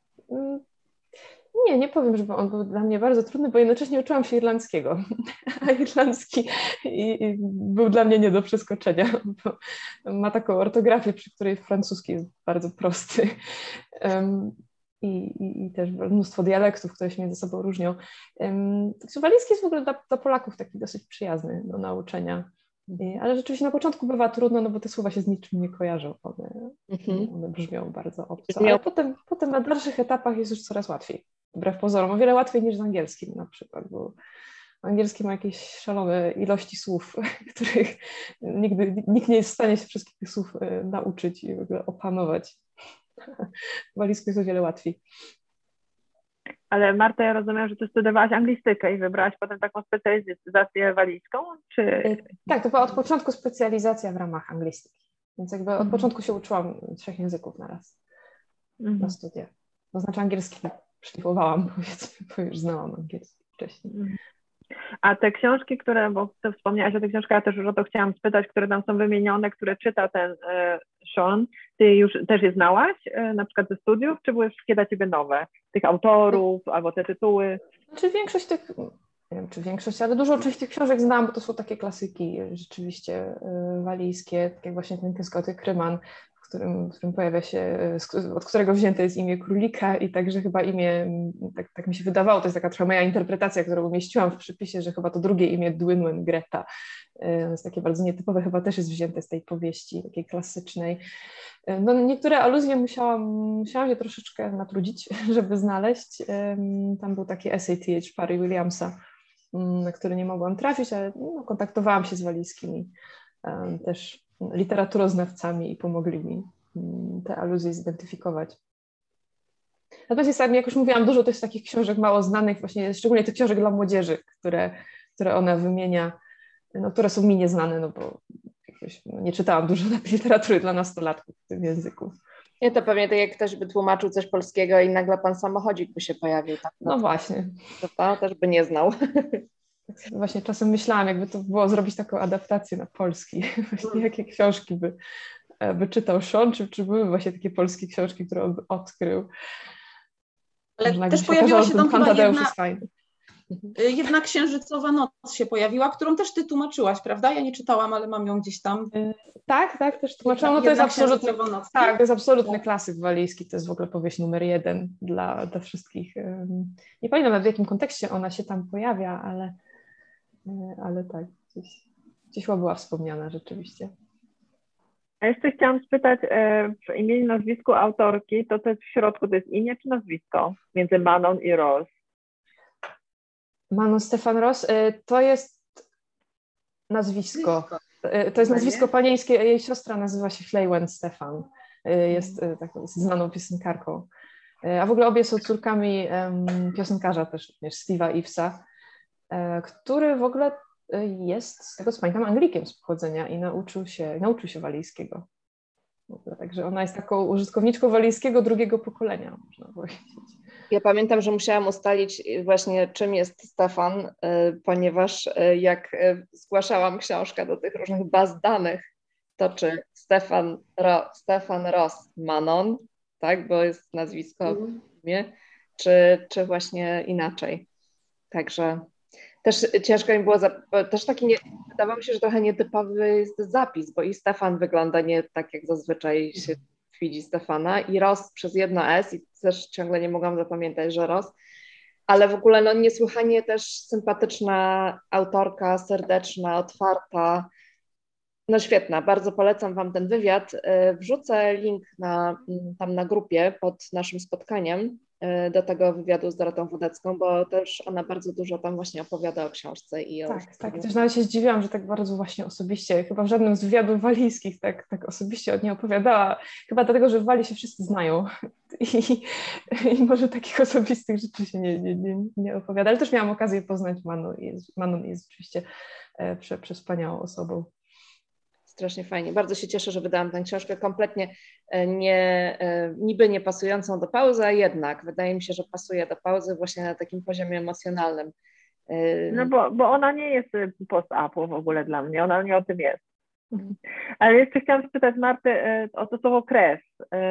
Nie, nie powiem, że on był dla mnie bardzo trudny, bo jednocześnie uczyłam się irlandzkiego, a irlandzki i, i był dla mnie nie do przeskoczenia, bo ma taką ortografię, przy której francuski jest bardzo prosty. Um, i, i, I też mnóstwo dialektów, które się między sobą różnią. Um, walijski jest w ogóle dla, dla Polaków taki dosyć przyjazny do nauczenia. I, ale rzeczywiście na początku bywa trudno, no bo te słowa się z niczym nie kojarzą. One, mm-hmm. one brzmią bardzo obco, ale potem, potem na dalszych etapach jest już coraz łatwiej. Wbrew pozorom, o wiele łatwiej niż z angielskim na przykład, bo angielski ma jakieś szalone ilości słów, których nigdy, nikt nie jest w stanie się wszystkich tych słów nauczyć i w ogóle opanować. W walijsku jest o wiele łatwiej. Ale Marta, ja rozumiem, że ty studiowałaś anglistykę i wybrałaś potem taką specjalizację walijską, czy... Tak, to była od początku specjalizacja w ramach anglistyki, więc jakby od początku się uczyłam trzech języków na raz mm. na studia. To znaczy angielski szlifowałam, powiedzmy, bo już znałam angielski wcześniej. A te książki, które, bo ty wspomniałaś o tych książkach, ja też już o to chciałam spytać, które tam są wymienione, które czyta ten e, Sean, ty już też je znałaś, e, na przykład ze studiów, czy były wszystkie dla ciebie nowe? Tych autorów, albo te tytuły? Znaczy większość tych, nie wiem czy większość, ale dużą część tych książek znam, bo to są takie klasyki rzeczywiście e, walijskie, tak jak właśnie ten Tęsknoty Kryman, w którym, w którym pojawia się, od którego wzięte jest imię królika i także chyba imię, tak, tak mi się wydawało, to jest taka trochę moja interpretacja, którą umieściłam w przypisie, że chyba to drugie imię Dwynwen Greta. To jest takie bardzo nietypowe, chyba też jest wzięte z tej powieści takiej klasycznej. No, niektóre aluzje musiałam, musiałam się troszeczkę natrudzić, żeby znaleźć. Tam był taki essay T H Parry Williamsa, na który nie mogłam trafić, ale no, kontaktowałam się z walijskimi też literaturoznawcami i pomogli mi te aluzje zidentyfikować. Natomiast jest, jak już mówiłam, dużo też takich książek mało znanych, właśnie szczególnie tych książek dla młodzieży, które, które ona wymienia, no, które są mi nieznane, no bo jakoś, no, nie czytałam dużo literatury dla nastolatków w tym języku. Nie, to pewnie tak jak ktoś by tłumaczył coś polskiego i nagle pan samochodzik by się pojawił. Tak, no, no właśnie. To pan też by nie znał. Właśnie czasem myślałam, jakby to było zrobić taką adaptację na polski. Właśnie jakie książki by, by czytał Sean, czy, czy były właśnie takie polskie książki, które on by odkrył. Ale Można też pojawiła się tam chyba jedna, fajny. jedna księżycowa noc się pojawiła, którą też ty tłumaczyłaś, prawda? Ja nie czytałam, ale mam ją gdzieś tam. Tak, tak, też tłumaczyłam. No to jest absolutny, noc, tak, to jest absolutny tak. Klasyk walijski, to jest w ogóle powieść numer jeden dla, dla wszystkich. Nie pamiętam w jakim kontekście ona się tam pojawia, ale ale tak, gdzieś, gdzieś była wspomniana rzeczywiście. A jeszcze chciałam spytać, w imieniu, nazwisku autorki, to to jest w środku, to jest imię czy nazwisko między Manon i Ross? Manon Stefan Ross, to jest nazwisko, to jest nazwisko panieńskie, jej siostra nazywa się Fleiwen Stefan, jest taką znaną piosenkarką, a w ogóle obie są córkami piosenkarza też, również Steve'a Ivesa, który w ogóle jest, z tego co pamiętam, Anglikiem z pochodzenia i nauczył się, nauczył się walijskiego. Także ona jest taką użytkowniczką walijskiego drugiego pokolenia, można powiedzieć. Ja pamiętam, że musiałam ustalić właśnie, czym jest Stefan, ponieważ jak zgłaszałam książkę do tych różnych baz danych, to czy Stefan, Ro, Stefan Ross Manon, tak, bo jest nazwisko w imię, czy, czy właśnie inaczej. Także też ciężko mi było, też taki, nie, wydawało mi się, że trochę nietypowy jest zapis, bo i Stefan wygląda nie tak, jak zazwyczaj się widzi Stefana, i Ross przez jedno S, i też ciągle nie mogłam zapamiętać, że Ross. ale w ogóle no, niesłychanie też sympatyczna autorka, serdeczna, otwarta. No świetna, bardzo polecam Wam ten wywiad. Wrzucę link na, tam na grupie pod naszym spotkaniem do tego wywiadu z Dorotą Wodecką, bo też ona bardzo dużo tam właśnie opowiada o książce i o... Tak, tak. Też nawet się zdziwiłam, że tak bardzo właśnie osobiście, chyba w żadnym z wywiadów walijskich tak, tak osobiście od niej opowiadała. Chyba dlatego, że w Walii się wszyscy znają i, i może takich osobistych rzeczy się nie, nie, nie, nie opowiada. Ale też miałam okazję poznać Manu i jest, Manu jest oczywiście e, prze, przewspaniałą osobą. Strasznie fajnie. Bardzo się cieszę, że wydałam tę książkę kompletnie nie, niby nie pasującą do pauzy, a jednak wydaje mi się, że pasuje do pauzy właśnie na takim poziomie emocjonalnym. No bo, bo ona nie jest post-apu w ogóle dla mnie, ona nie o tym jest. Ale jeszcze chciałam spytać Marty o to słowo kres.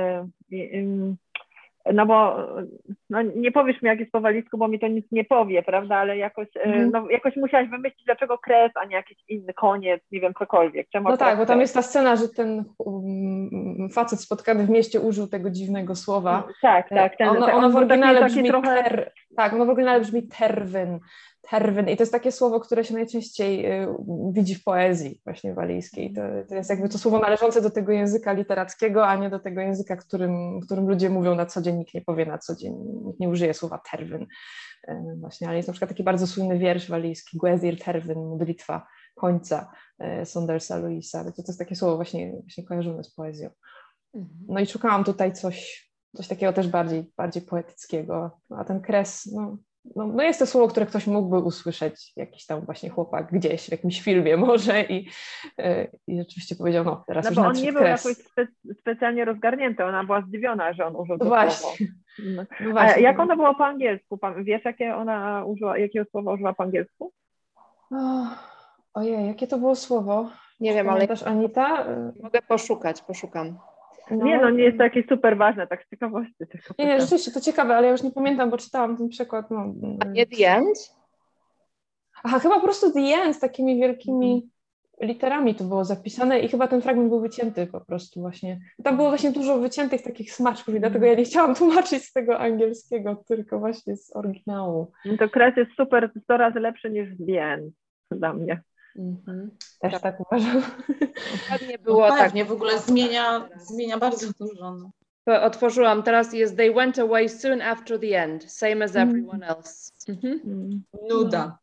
No bo no nie powiesz mi, jak jest po walijsku, bo mi to nic nie powie, prawda, ale jakoś, mm. no, jakoś musiałaś wymyślić, dlaczego kres, a nie jakiś inny koniec, nie wiem, cokolwiek. Czemu no tak, bo tam jest ta scena, że ten um, facet spotkany w mieście użył tego dziwnego słowa. No, tak, tak. Ten, ono, ten, ono w oryginale taki, brzmi trochę... ter, tak, ono w oryginale brzmi terwyn. Terwyn. I to jest takie słowo, które się najczęściej y, widzi w poezji właśnie walijskiej. To, to jest jakby to słowo należące do tego języka literackiego, a nie do tego języka, którym, którym ludzie mówią na co dzień, nikt nie powie na co dzień, nikt nie użyje słowa terwyn. Y, właśnie, ale jest na przykład taki bardzo słynny wiersz walijski, Gwedir terwyn, modlitwa końca y, Saundersa Lewisa. To, to jest takie słowo właśnie, właśnie kojarzone z poezją. No i szukałam tutaj coś, coś takiego też bardziej, bardziej poetyckiego, a ten kres, no, No, no jest to słowo, które ktoś mógłby usłyszeć, jakiś tam właśnie chłopak gdzieś w jakimś filmie może i, i rzeczywiście powiedział, no teraz no już bo on nadszedł nie był kres. jakoś spe, specjalnie rozgarnięty, ona była zdziwiona, że on użył No to właśnie. słowo. No. No właśnie. A jak ono było po angielsku? Wiesz, jakie ona użyła, jakiego słowa użyła po angielsku? O, ojej, jakie to było słowo? Nie wiem, ale też Anita? Mogę poszukać, poszukam. No. Nie, no nie jest to jakieś super ważne, tak z ciekawości. Nie, nie, rzeczywiście to ciekawe, ale ja już nie pamiętam, bo czytałam ten przykład. No. A nie The End? Aha, chyba po prostu The End z takimi wielkimi literami to było zapisane i chyba ten fragment był wycięty po prostu właśnie. Tam było właśnie dużo wyciętych takich smaczków i dlatego ja nie chciałam tłumaczyć z tego angielskiego, tylko właśnie z oryginału. No to kres jest super, sto razy lepszy niż The End dla mnie. Mm-hmm. Też tak, tak uważam. Dokładnie było no tak. Nie, w ogóle zmienia, zmienia bardzo dużo. No. Otworzyłam, teraz jest They went away soon after the end, same as everyone else. Mhm. Nuda.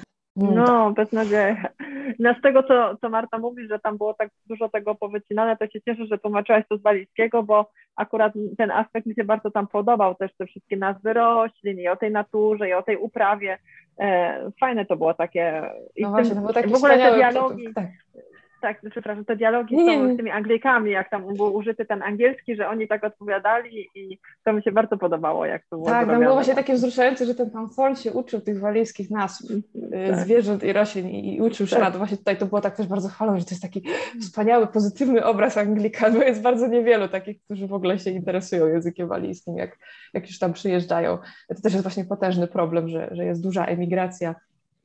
No, beznadzieja. No z tego, co, co Marta mówi, że tam było tak dużo tego powycinane, to się cieszę, że tłumaczyłaś to z walijskiego, bo akurat ten aspekt mi się bardzo tam podobał, też te wszystkie nazwy roślin i o tej naturze i o tej uprawie. E, fajne to było takie. I no tym, właśnie, to było takie w ogóle te wspaniałe, dialogi. to, tak. Tak, przepraszam, te dialogi nie, są nie. z tymi Anglikami, jak tam był użyty ten angielski, że oni tak odpowiadali i to mi się bardzo podobało, jak to było Tak, zrobione. tam było właśnie takie wzruszające, że ten pan Thorne się uczył tych walijskich nazw tak. zwierząt i roślin i, i uczył Shana. Tak. To właśnie tutaj to było tak też bardzo chwalone, że to jest taki wspaniały, pozytywny obraz Anglika, bo jest bardzo niewielu takich, którzy w ogóle się interesują językiem walijskim, jak, jak już tam przyjeżdżają. To też jest właśnie potężny problem, że, że jest duża emigracja.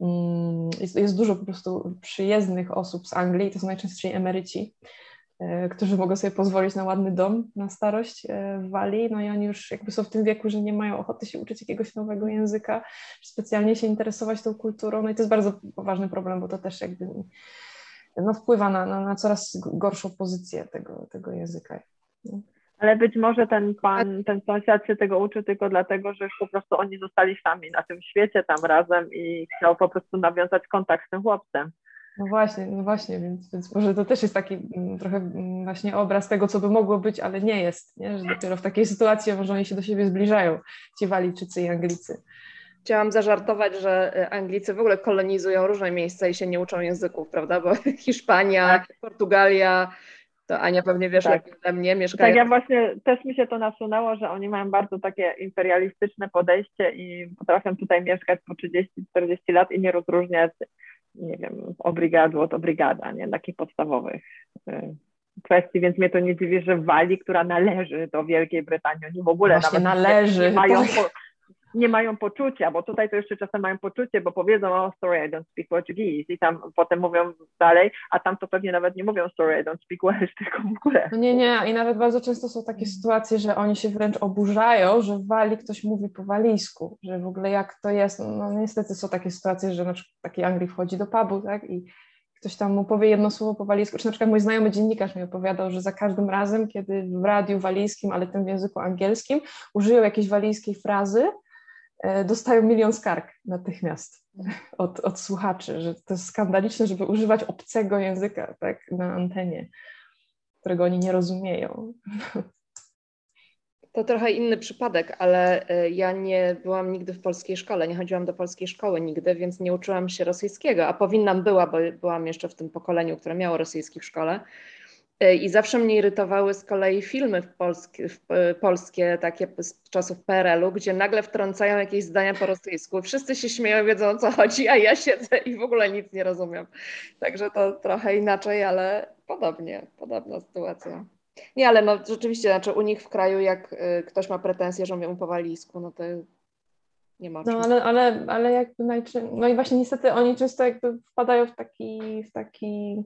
Jest, jest dużo po prostu przyjezdnych osób z Anglii, to są najczęściej emeryci, e, którzy mogą sobie pozwolić na ładny dom na starość e, w Walii, no i oni już jakby są w tym wieku, że nie mają ochoty się uczyć jakiegoś nowego języka, specjalnie się interesować tą kulturą, no i to jest bardzo poważny problem, bo to też jakby no, wpływa na, na, na coraz gorszą pozycję tego, tego języka. No. Ale być może ten pan, ten sąsiad się tego uczy tylko dlatego, że po prostu oni zostali sami na tym świecie tam razem i chciał po prostu nawiązać kontakt z tym chłopcem. No właśnie, no właśnie, więc, więc może to też jest taki m, trochę m, właśnie obraz tego, co by mogło być, ale nie jest, nie? Że dopiero w takiej sytuacji może oni się do siebie zbliżają, ci Walijczycy i Anglicy. Chciałam zażartować, że Anglicy w ogóle kolonizują różne miejsca i się nie uczą języków, prawda, bo Hiszpania, tak. Portugalia, to Ania pewnie wiesz tak. lepiej ode mnie, mieszkają. Tak, ja właśnie też mi się to nasunęło, że oni mają bardzo takie imperialistyczne podejście i potrafią tutaj mieszkać po trzydzieści czterdzieści lat i nie rozróżniać, nie wiem, obrigadu od obrigada, nie, takich podstawowych y, kwestii, więc mnie to nie dziwi, że w Walii, która należy do Wielkiej Brytanii, oni w ogóle właśnie nawet należy, nie mają, tak. po, nie mają poczucia, bo tutaj to jeszcze czasem mają poczucie, bo powiedzą, o sorry, I don't speak Portuguese i tam potem mówią dalej, a tam to pewnie nawet nie mówią sorry, I don't speak Welsh, tylko w ogóle. No nie, nie, i nawet bardzo często są takie sytuacje, że oni się wręcz oburzają, że w Walii ktoś mówi po walijsku, że w ogóle jak to jest, no niestety są takie sytuacje, że na przykład taki Anglik wchodzi do pubu, tak, i ktoś tam mu powie jedno słowo po walijsku, czy na przykład mój znajomy dziennikarz mi opowiadał, że za każdym razem, kiedy w radiu walijskim, ale tym w języku angielskim, użyją jakiejś walijskiej frazy, dostają milion skarg natychmiast od, od słuchaczy, że to jest skandaliczne, żeby używać obcego języka tak, na antenie, którego oni nie rozumieją. To trochę inny przypadek, ale ja nie byłam nigdy w polskiej szkole, nie chodziłam do polskiej szkoły nigdy, więc nie uczyłam się rosyjskiego, a powinnam była, bo byłam jeszcze w tym pokoleniu, które miało rosyjski w szkole. I zawsze mnie irytowały z kolei filmy w polskie, w polskie takie z czasów P R L-u, gdzie nagle wtrącają jakieś zdania po rosyjsku. Wszyscy się śmieją, wiedzą, o co chodzi, a ja siedzę i w ogóle nic nie rozumiem. Także to trochę inaczej, ale podobnie, podobna sytuacja. Nie, ale no rzeczywiście, znaczy u nich w kraju, jak ktoś ma pretensje, że mówią po walijsku, no to nie ma. No ale, ale, ale jakby najczęściej, no i właśnie niestety oni często jakby wpadają w taki, w taki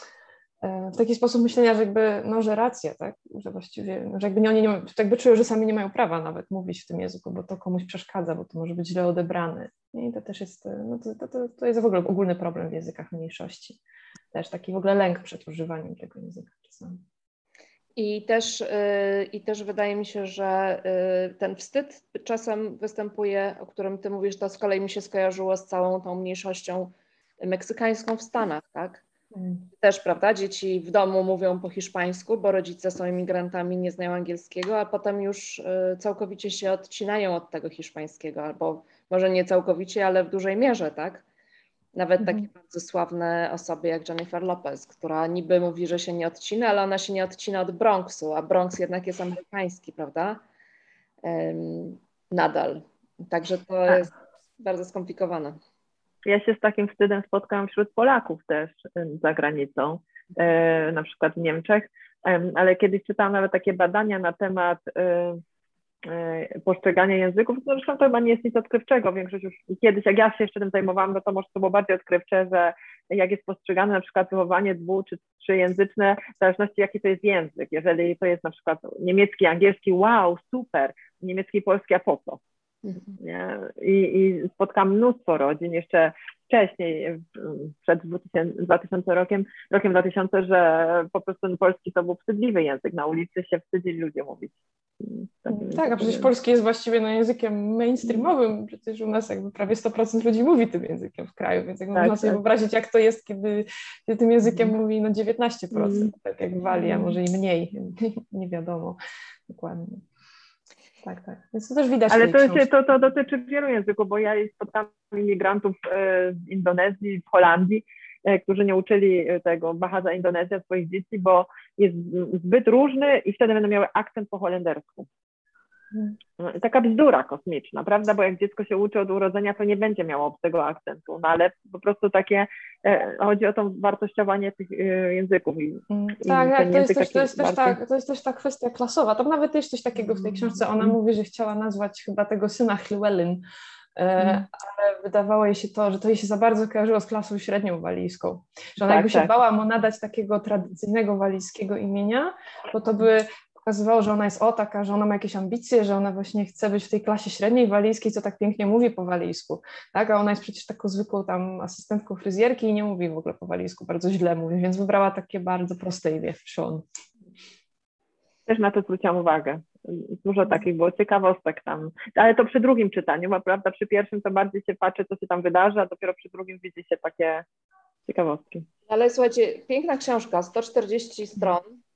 w taki sposób myślenia, że jakby, no, że racja, tak, że właściwie, że jakby nie, oni nie, jakby czują, że sami nie mają prawa nawet mówić w tym języku, bo to komuś przeszkadza, bo to może być źle odebrane. I to też jest, no to, to, to jest w ogóle ogólny problem w językach mniejszości. Też taki w ogóle lęk przed używaniem tego języka czasami. I też, yy, I też wydaje mi się, że yy, ten wstyd czasem występuje, o którym ty mówisz, to z kolei mi się skojarzyło z całą tą mniejszością meksykańską w Stanach, tak? Też, prawda, dzieci w domu mówią po hiszpańsku, bo rodzice są imigrantami, nie znają angielskiego, a potem już całkowicie się odcinają od tego hiszpańskiego, albo może nie całkowicie, ale w dużej mierze, tak? Nawet Mhm. takie bardzo sławne osoby jak Jennifer Lopez, która niby mówi, że się nie odcina, ale ona się nie odcina od Bronxu, a Bronx jednak jest amerykański, prawda? Um, nadal. Także to A. jest bardzo skomplikowane. Ja się z takim wstydem spotkałam wśród Polaków też za granicą, na przykład w Niemczech, ale kiedyś czytałam nawet takie badania na temat postrzegania języków, zresztą to chyba nie jest nic odkrywczego, większość już kiedyś, jak ja się jeszcze tym zajmowałam, no to może to było bardziej odkrywcze, że jak jest postrzegane na przykład wychowanie dwu- czy trzyjęzyczne, w zależności jaki to jest język, jeżeli to jest na przykład niemiecki, angielski, wow, super, niemiecki i polski, a po co? Nie? I, I spotkałam mnóstwo rodzin jeszcze wcześniej, przed dwutysięcznym rokiem, rokiem dwa tysiące, że po prostu ten polski to był wstydliwy język, na ulicy się wstydzili ludzie mówić. Tak, a przecież polski jest właściwie no, językiem mainstreamowym, przecież u nas jakby prawie sto procent ludzi mówi tym językiem w kraju, więc jakby tak, można sobie tak. wyobrazić, jak to jest, kiedy, kiedy tym językiem mm. mówi no dziewiętnaście procent, mm. tak jak w Walii, a może i mniej, nie wiadomo dokładnie. Tak, tak. Więc to też widać. Ale to, jest, to, to dotyczy wielu języków, bo ja spotkałam imigrantów z Indonezji, w Holandii, którzy nie uczyli tego Bahasa Indonezja swoich dzieci, bo jest zbyt różny i wtedy będą miały akcent po holendersku. Hmm. Taka bzdura kosmiczna, prawda? Bo jak dziecko się uczy od urodzenia, to nie będzie miało obcego akcentu, no ale po prostu takie, e, chodzi o to wartościowanie tych e, języków. I, tak, i tak to, jest też, to, jest też ta, to jest też ta kwestia klasowa. Tam nawet jest coś takiego w tej książce. Ona hmm. mówi, że chciała nazwać chyba tego syna Llywelyn, e, hmm. ale wydawało jej się to, że to jej się za bardzo kojarzyło z klasą średnią walijską. Że ona tak, jakby się tak. bała mu nadać takiego tradycyjnego walijskiego imienia, bo to by pokazywało, że ona jest o taka, że ona ma jakieś ambicje, że ona właśnie chce być w tej klasie średniej walijskiej, co tak pięknie mówi po walijsku, tak? A ona jest przecież taką zwykłą tam asystentką fryzjerki i nie mówi w ogóle po walijsku, bardzo źle mówi, więc wybrała takie bardzo proste imię, Sean. Też na to zwróciłam uwagę. Dużo takich było ciekawostek tam, ale to przy drugim czytaniu, bo prawda, przy pierwszym to bardziej się patrzy, co się tam wydarza, a dopiero przy drugim widzi się takie ciekawostki. Ale słuchajcie, piękna książka, sto czterdzieści stron.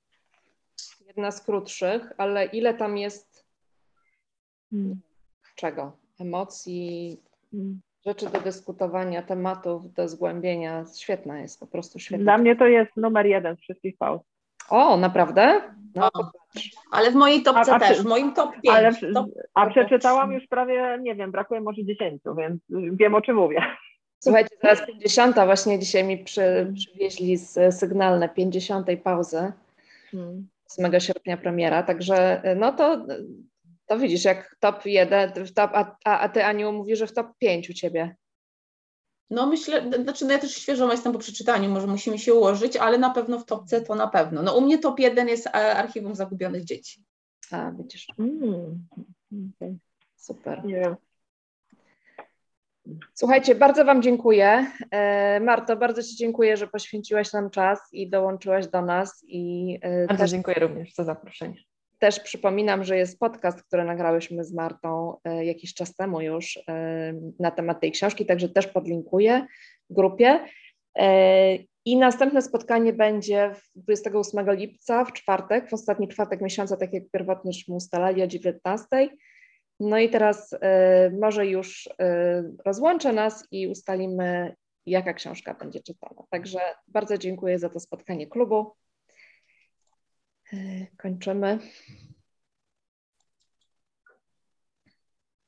Jedna z krótszych, ale ile tam jest hmm. czego? Emocji, hmm. rzeczy do dyskutowania, tematów do zgłębienia. Świetna jest, po prostu świetna. Dla mnie to jest numer jeden z wszystkich pauz. O, naprawdę? No, o, ale w mojej topce a, a też, w moim top pięć. Ale, top, a przeczytałam już prawie, nie wiem, brakuje może dziesięciu, więc wiem, o czym mówię. Słuchajcie, zaraz pięćdziesiąta, właśnie dzisiaj mi przy, przywieźli z Sygnalne pięćdziesiątej pauzy. Hmm. ósmego sierpnia premiera, także no to To widzisz, jak top jeden, w top, a, a, a ty, Aniu, mówisz, że w top pięć u ciebie. No myślę, znaczy no ja też świeżo jestem po przeczytaniu, może musimy się ułożyć, ale na pewno w topce to na pewno. No u mnie top jeden jest Archiwum Zagubionych Dzieci. A, widzisz. Mm. Okay. Super. Nie wiem. Słuchajcie, bardzo Wam dziękuję. E, Marto, bardzo Ci dziękuję, że poświęciłaś nam czas i dołączyłaś do nas. I e, Bardzo też, dziękuję również za zaproszenie. też przypominam, że jest podcast, który nagrałyśmy z Martą e, jakiś czas temu już e, na temat tej książki, także też podlinkuję w grupie. E, I następne spotkanie będzie dwudziestego ósmego lipca, w czwartek, w ostatni czwartek miesiąca, tak jak pierwotnie ustalali, o dziewiętnastej. No i teraz y, może już y, rozłączę nas i ustalimy, jaka książka będzie czytana. Także bardzo dziękuję za to spotkanie klubu. Y, kończymy.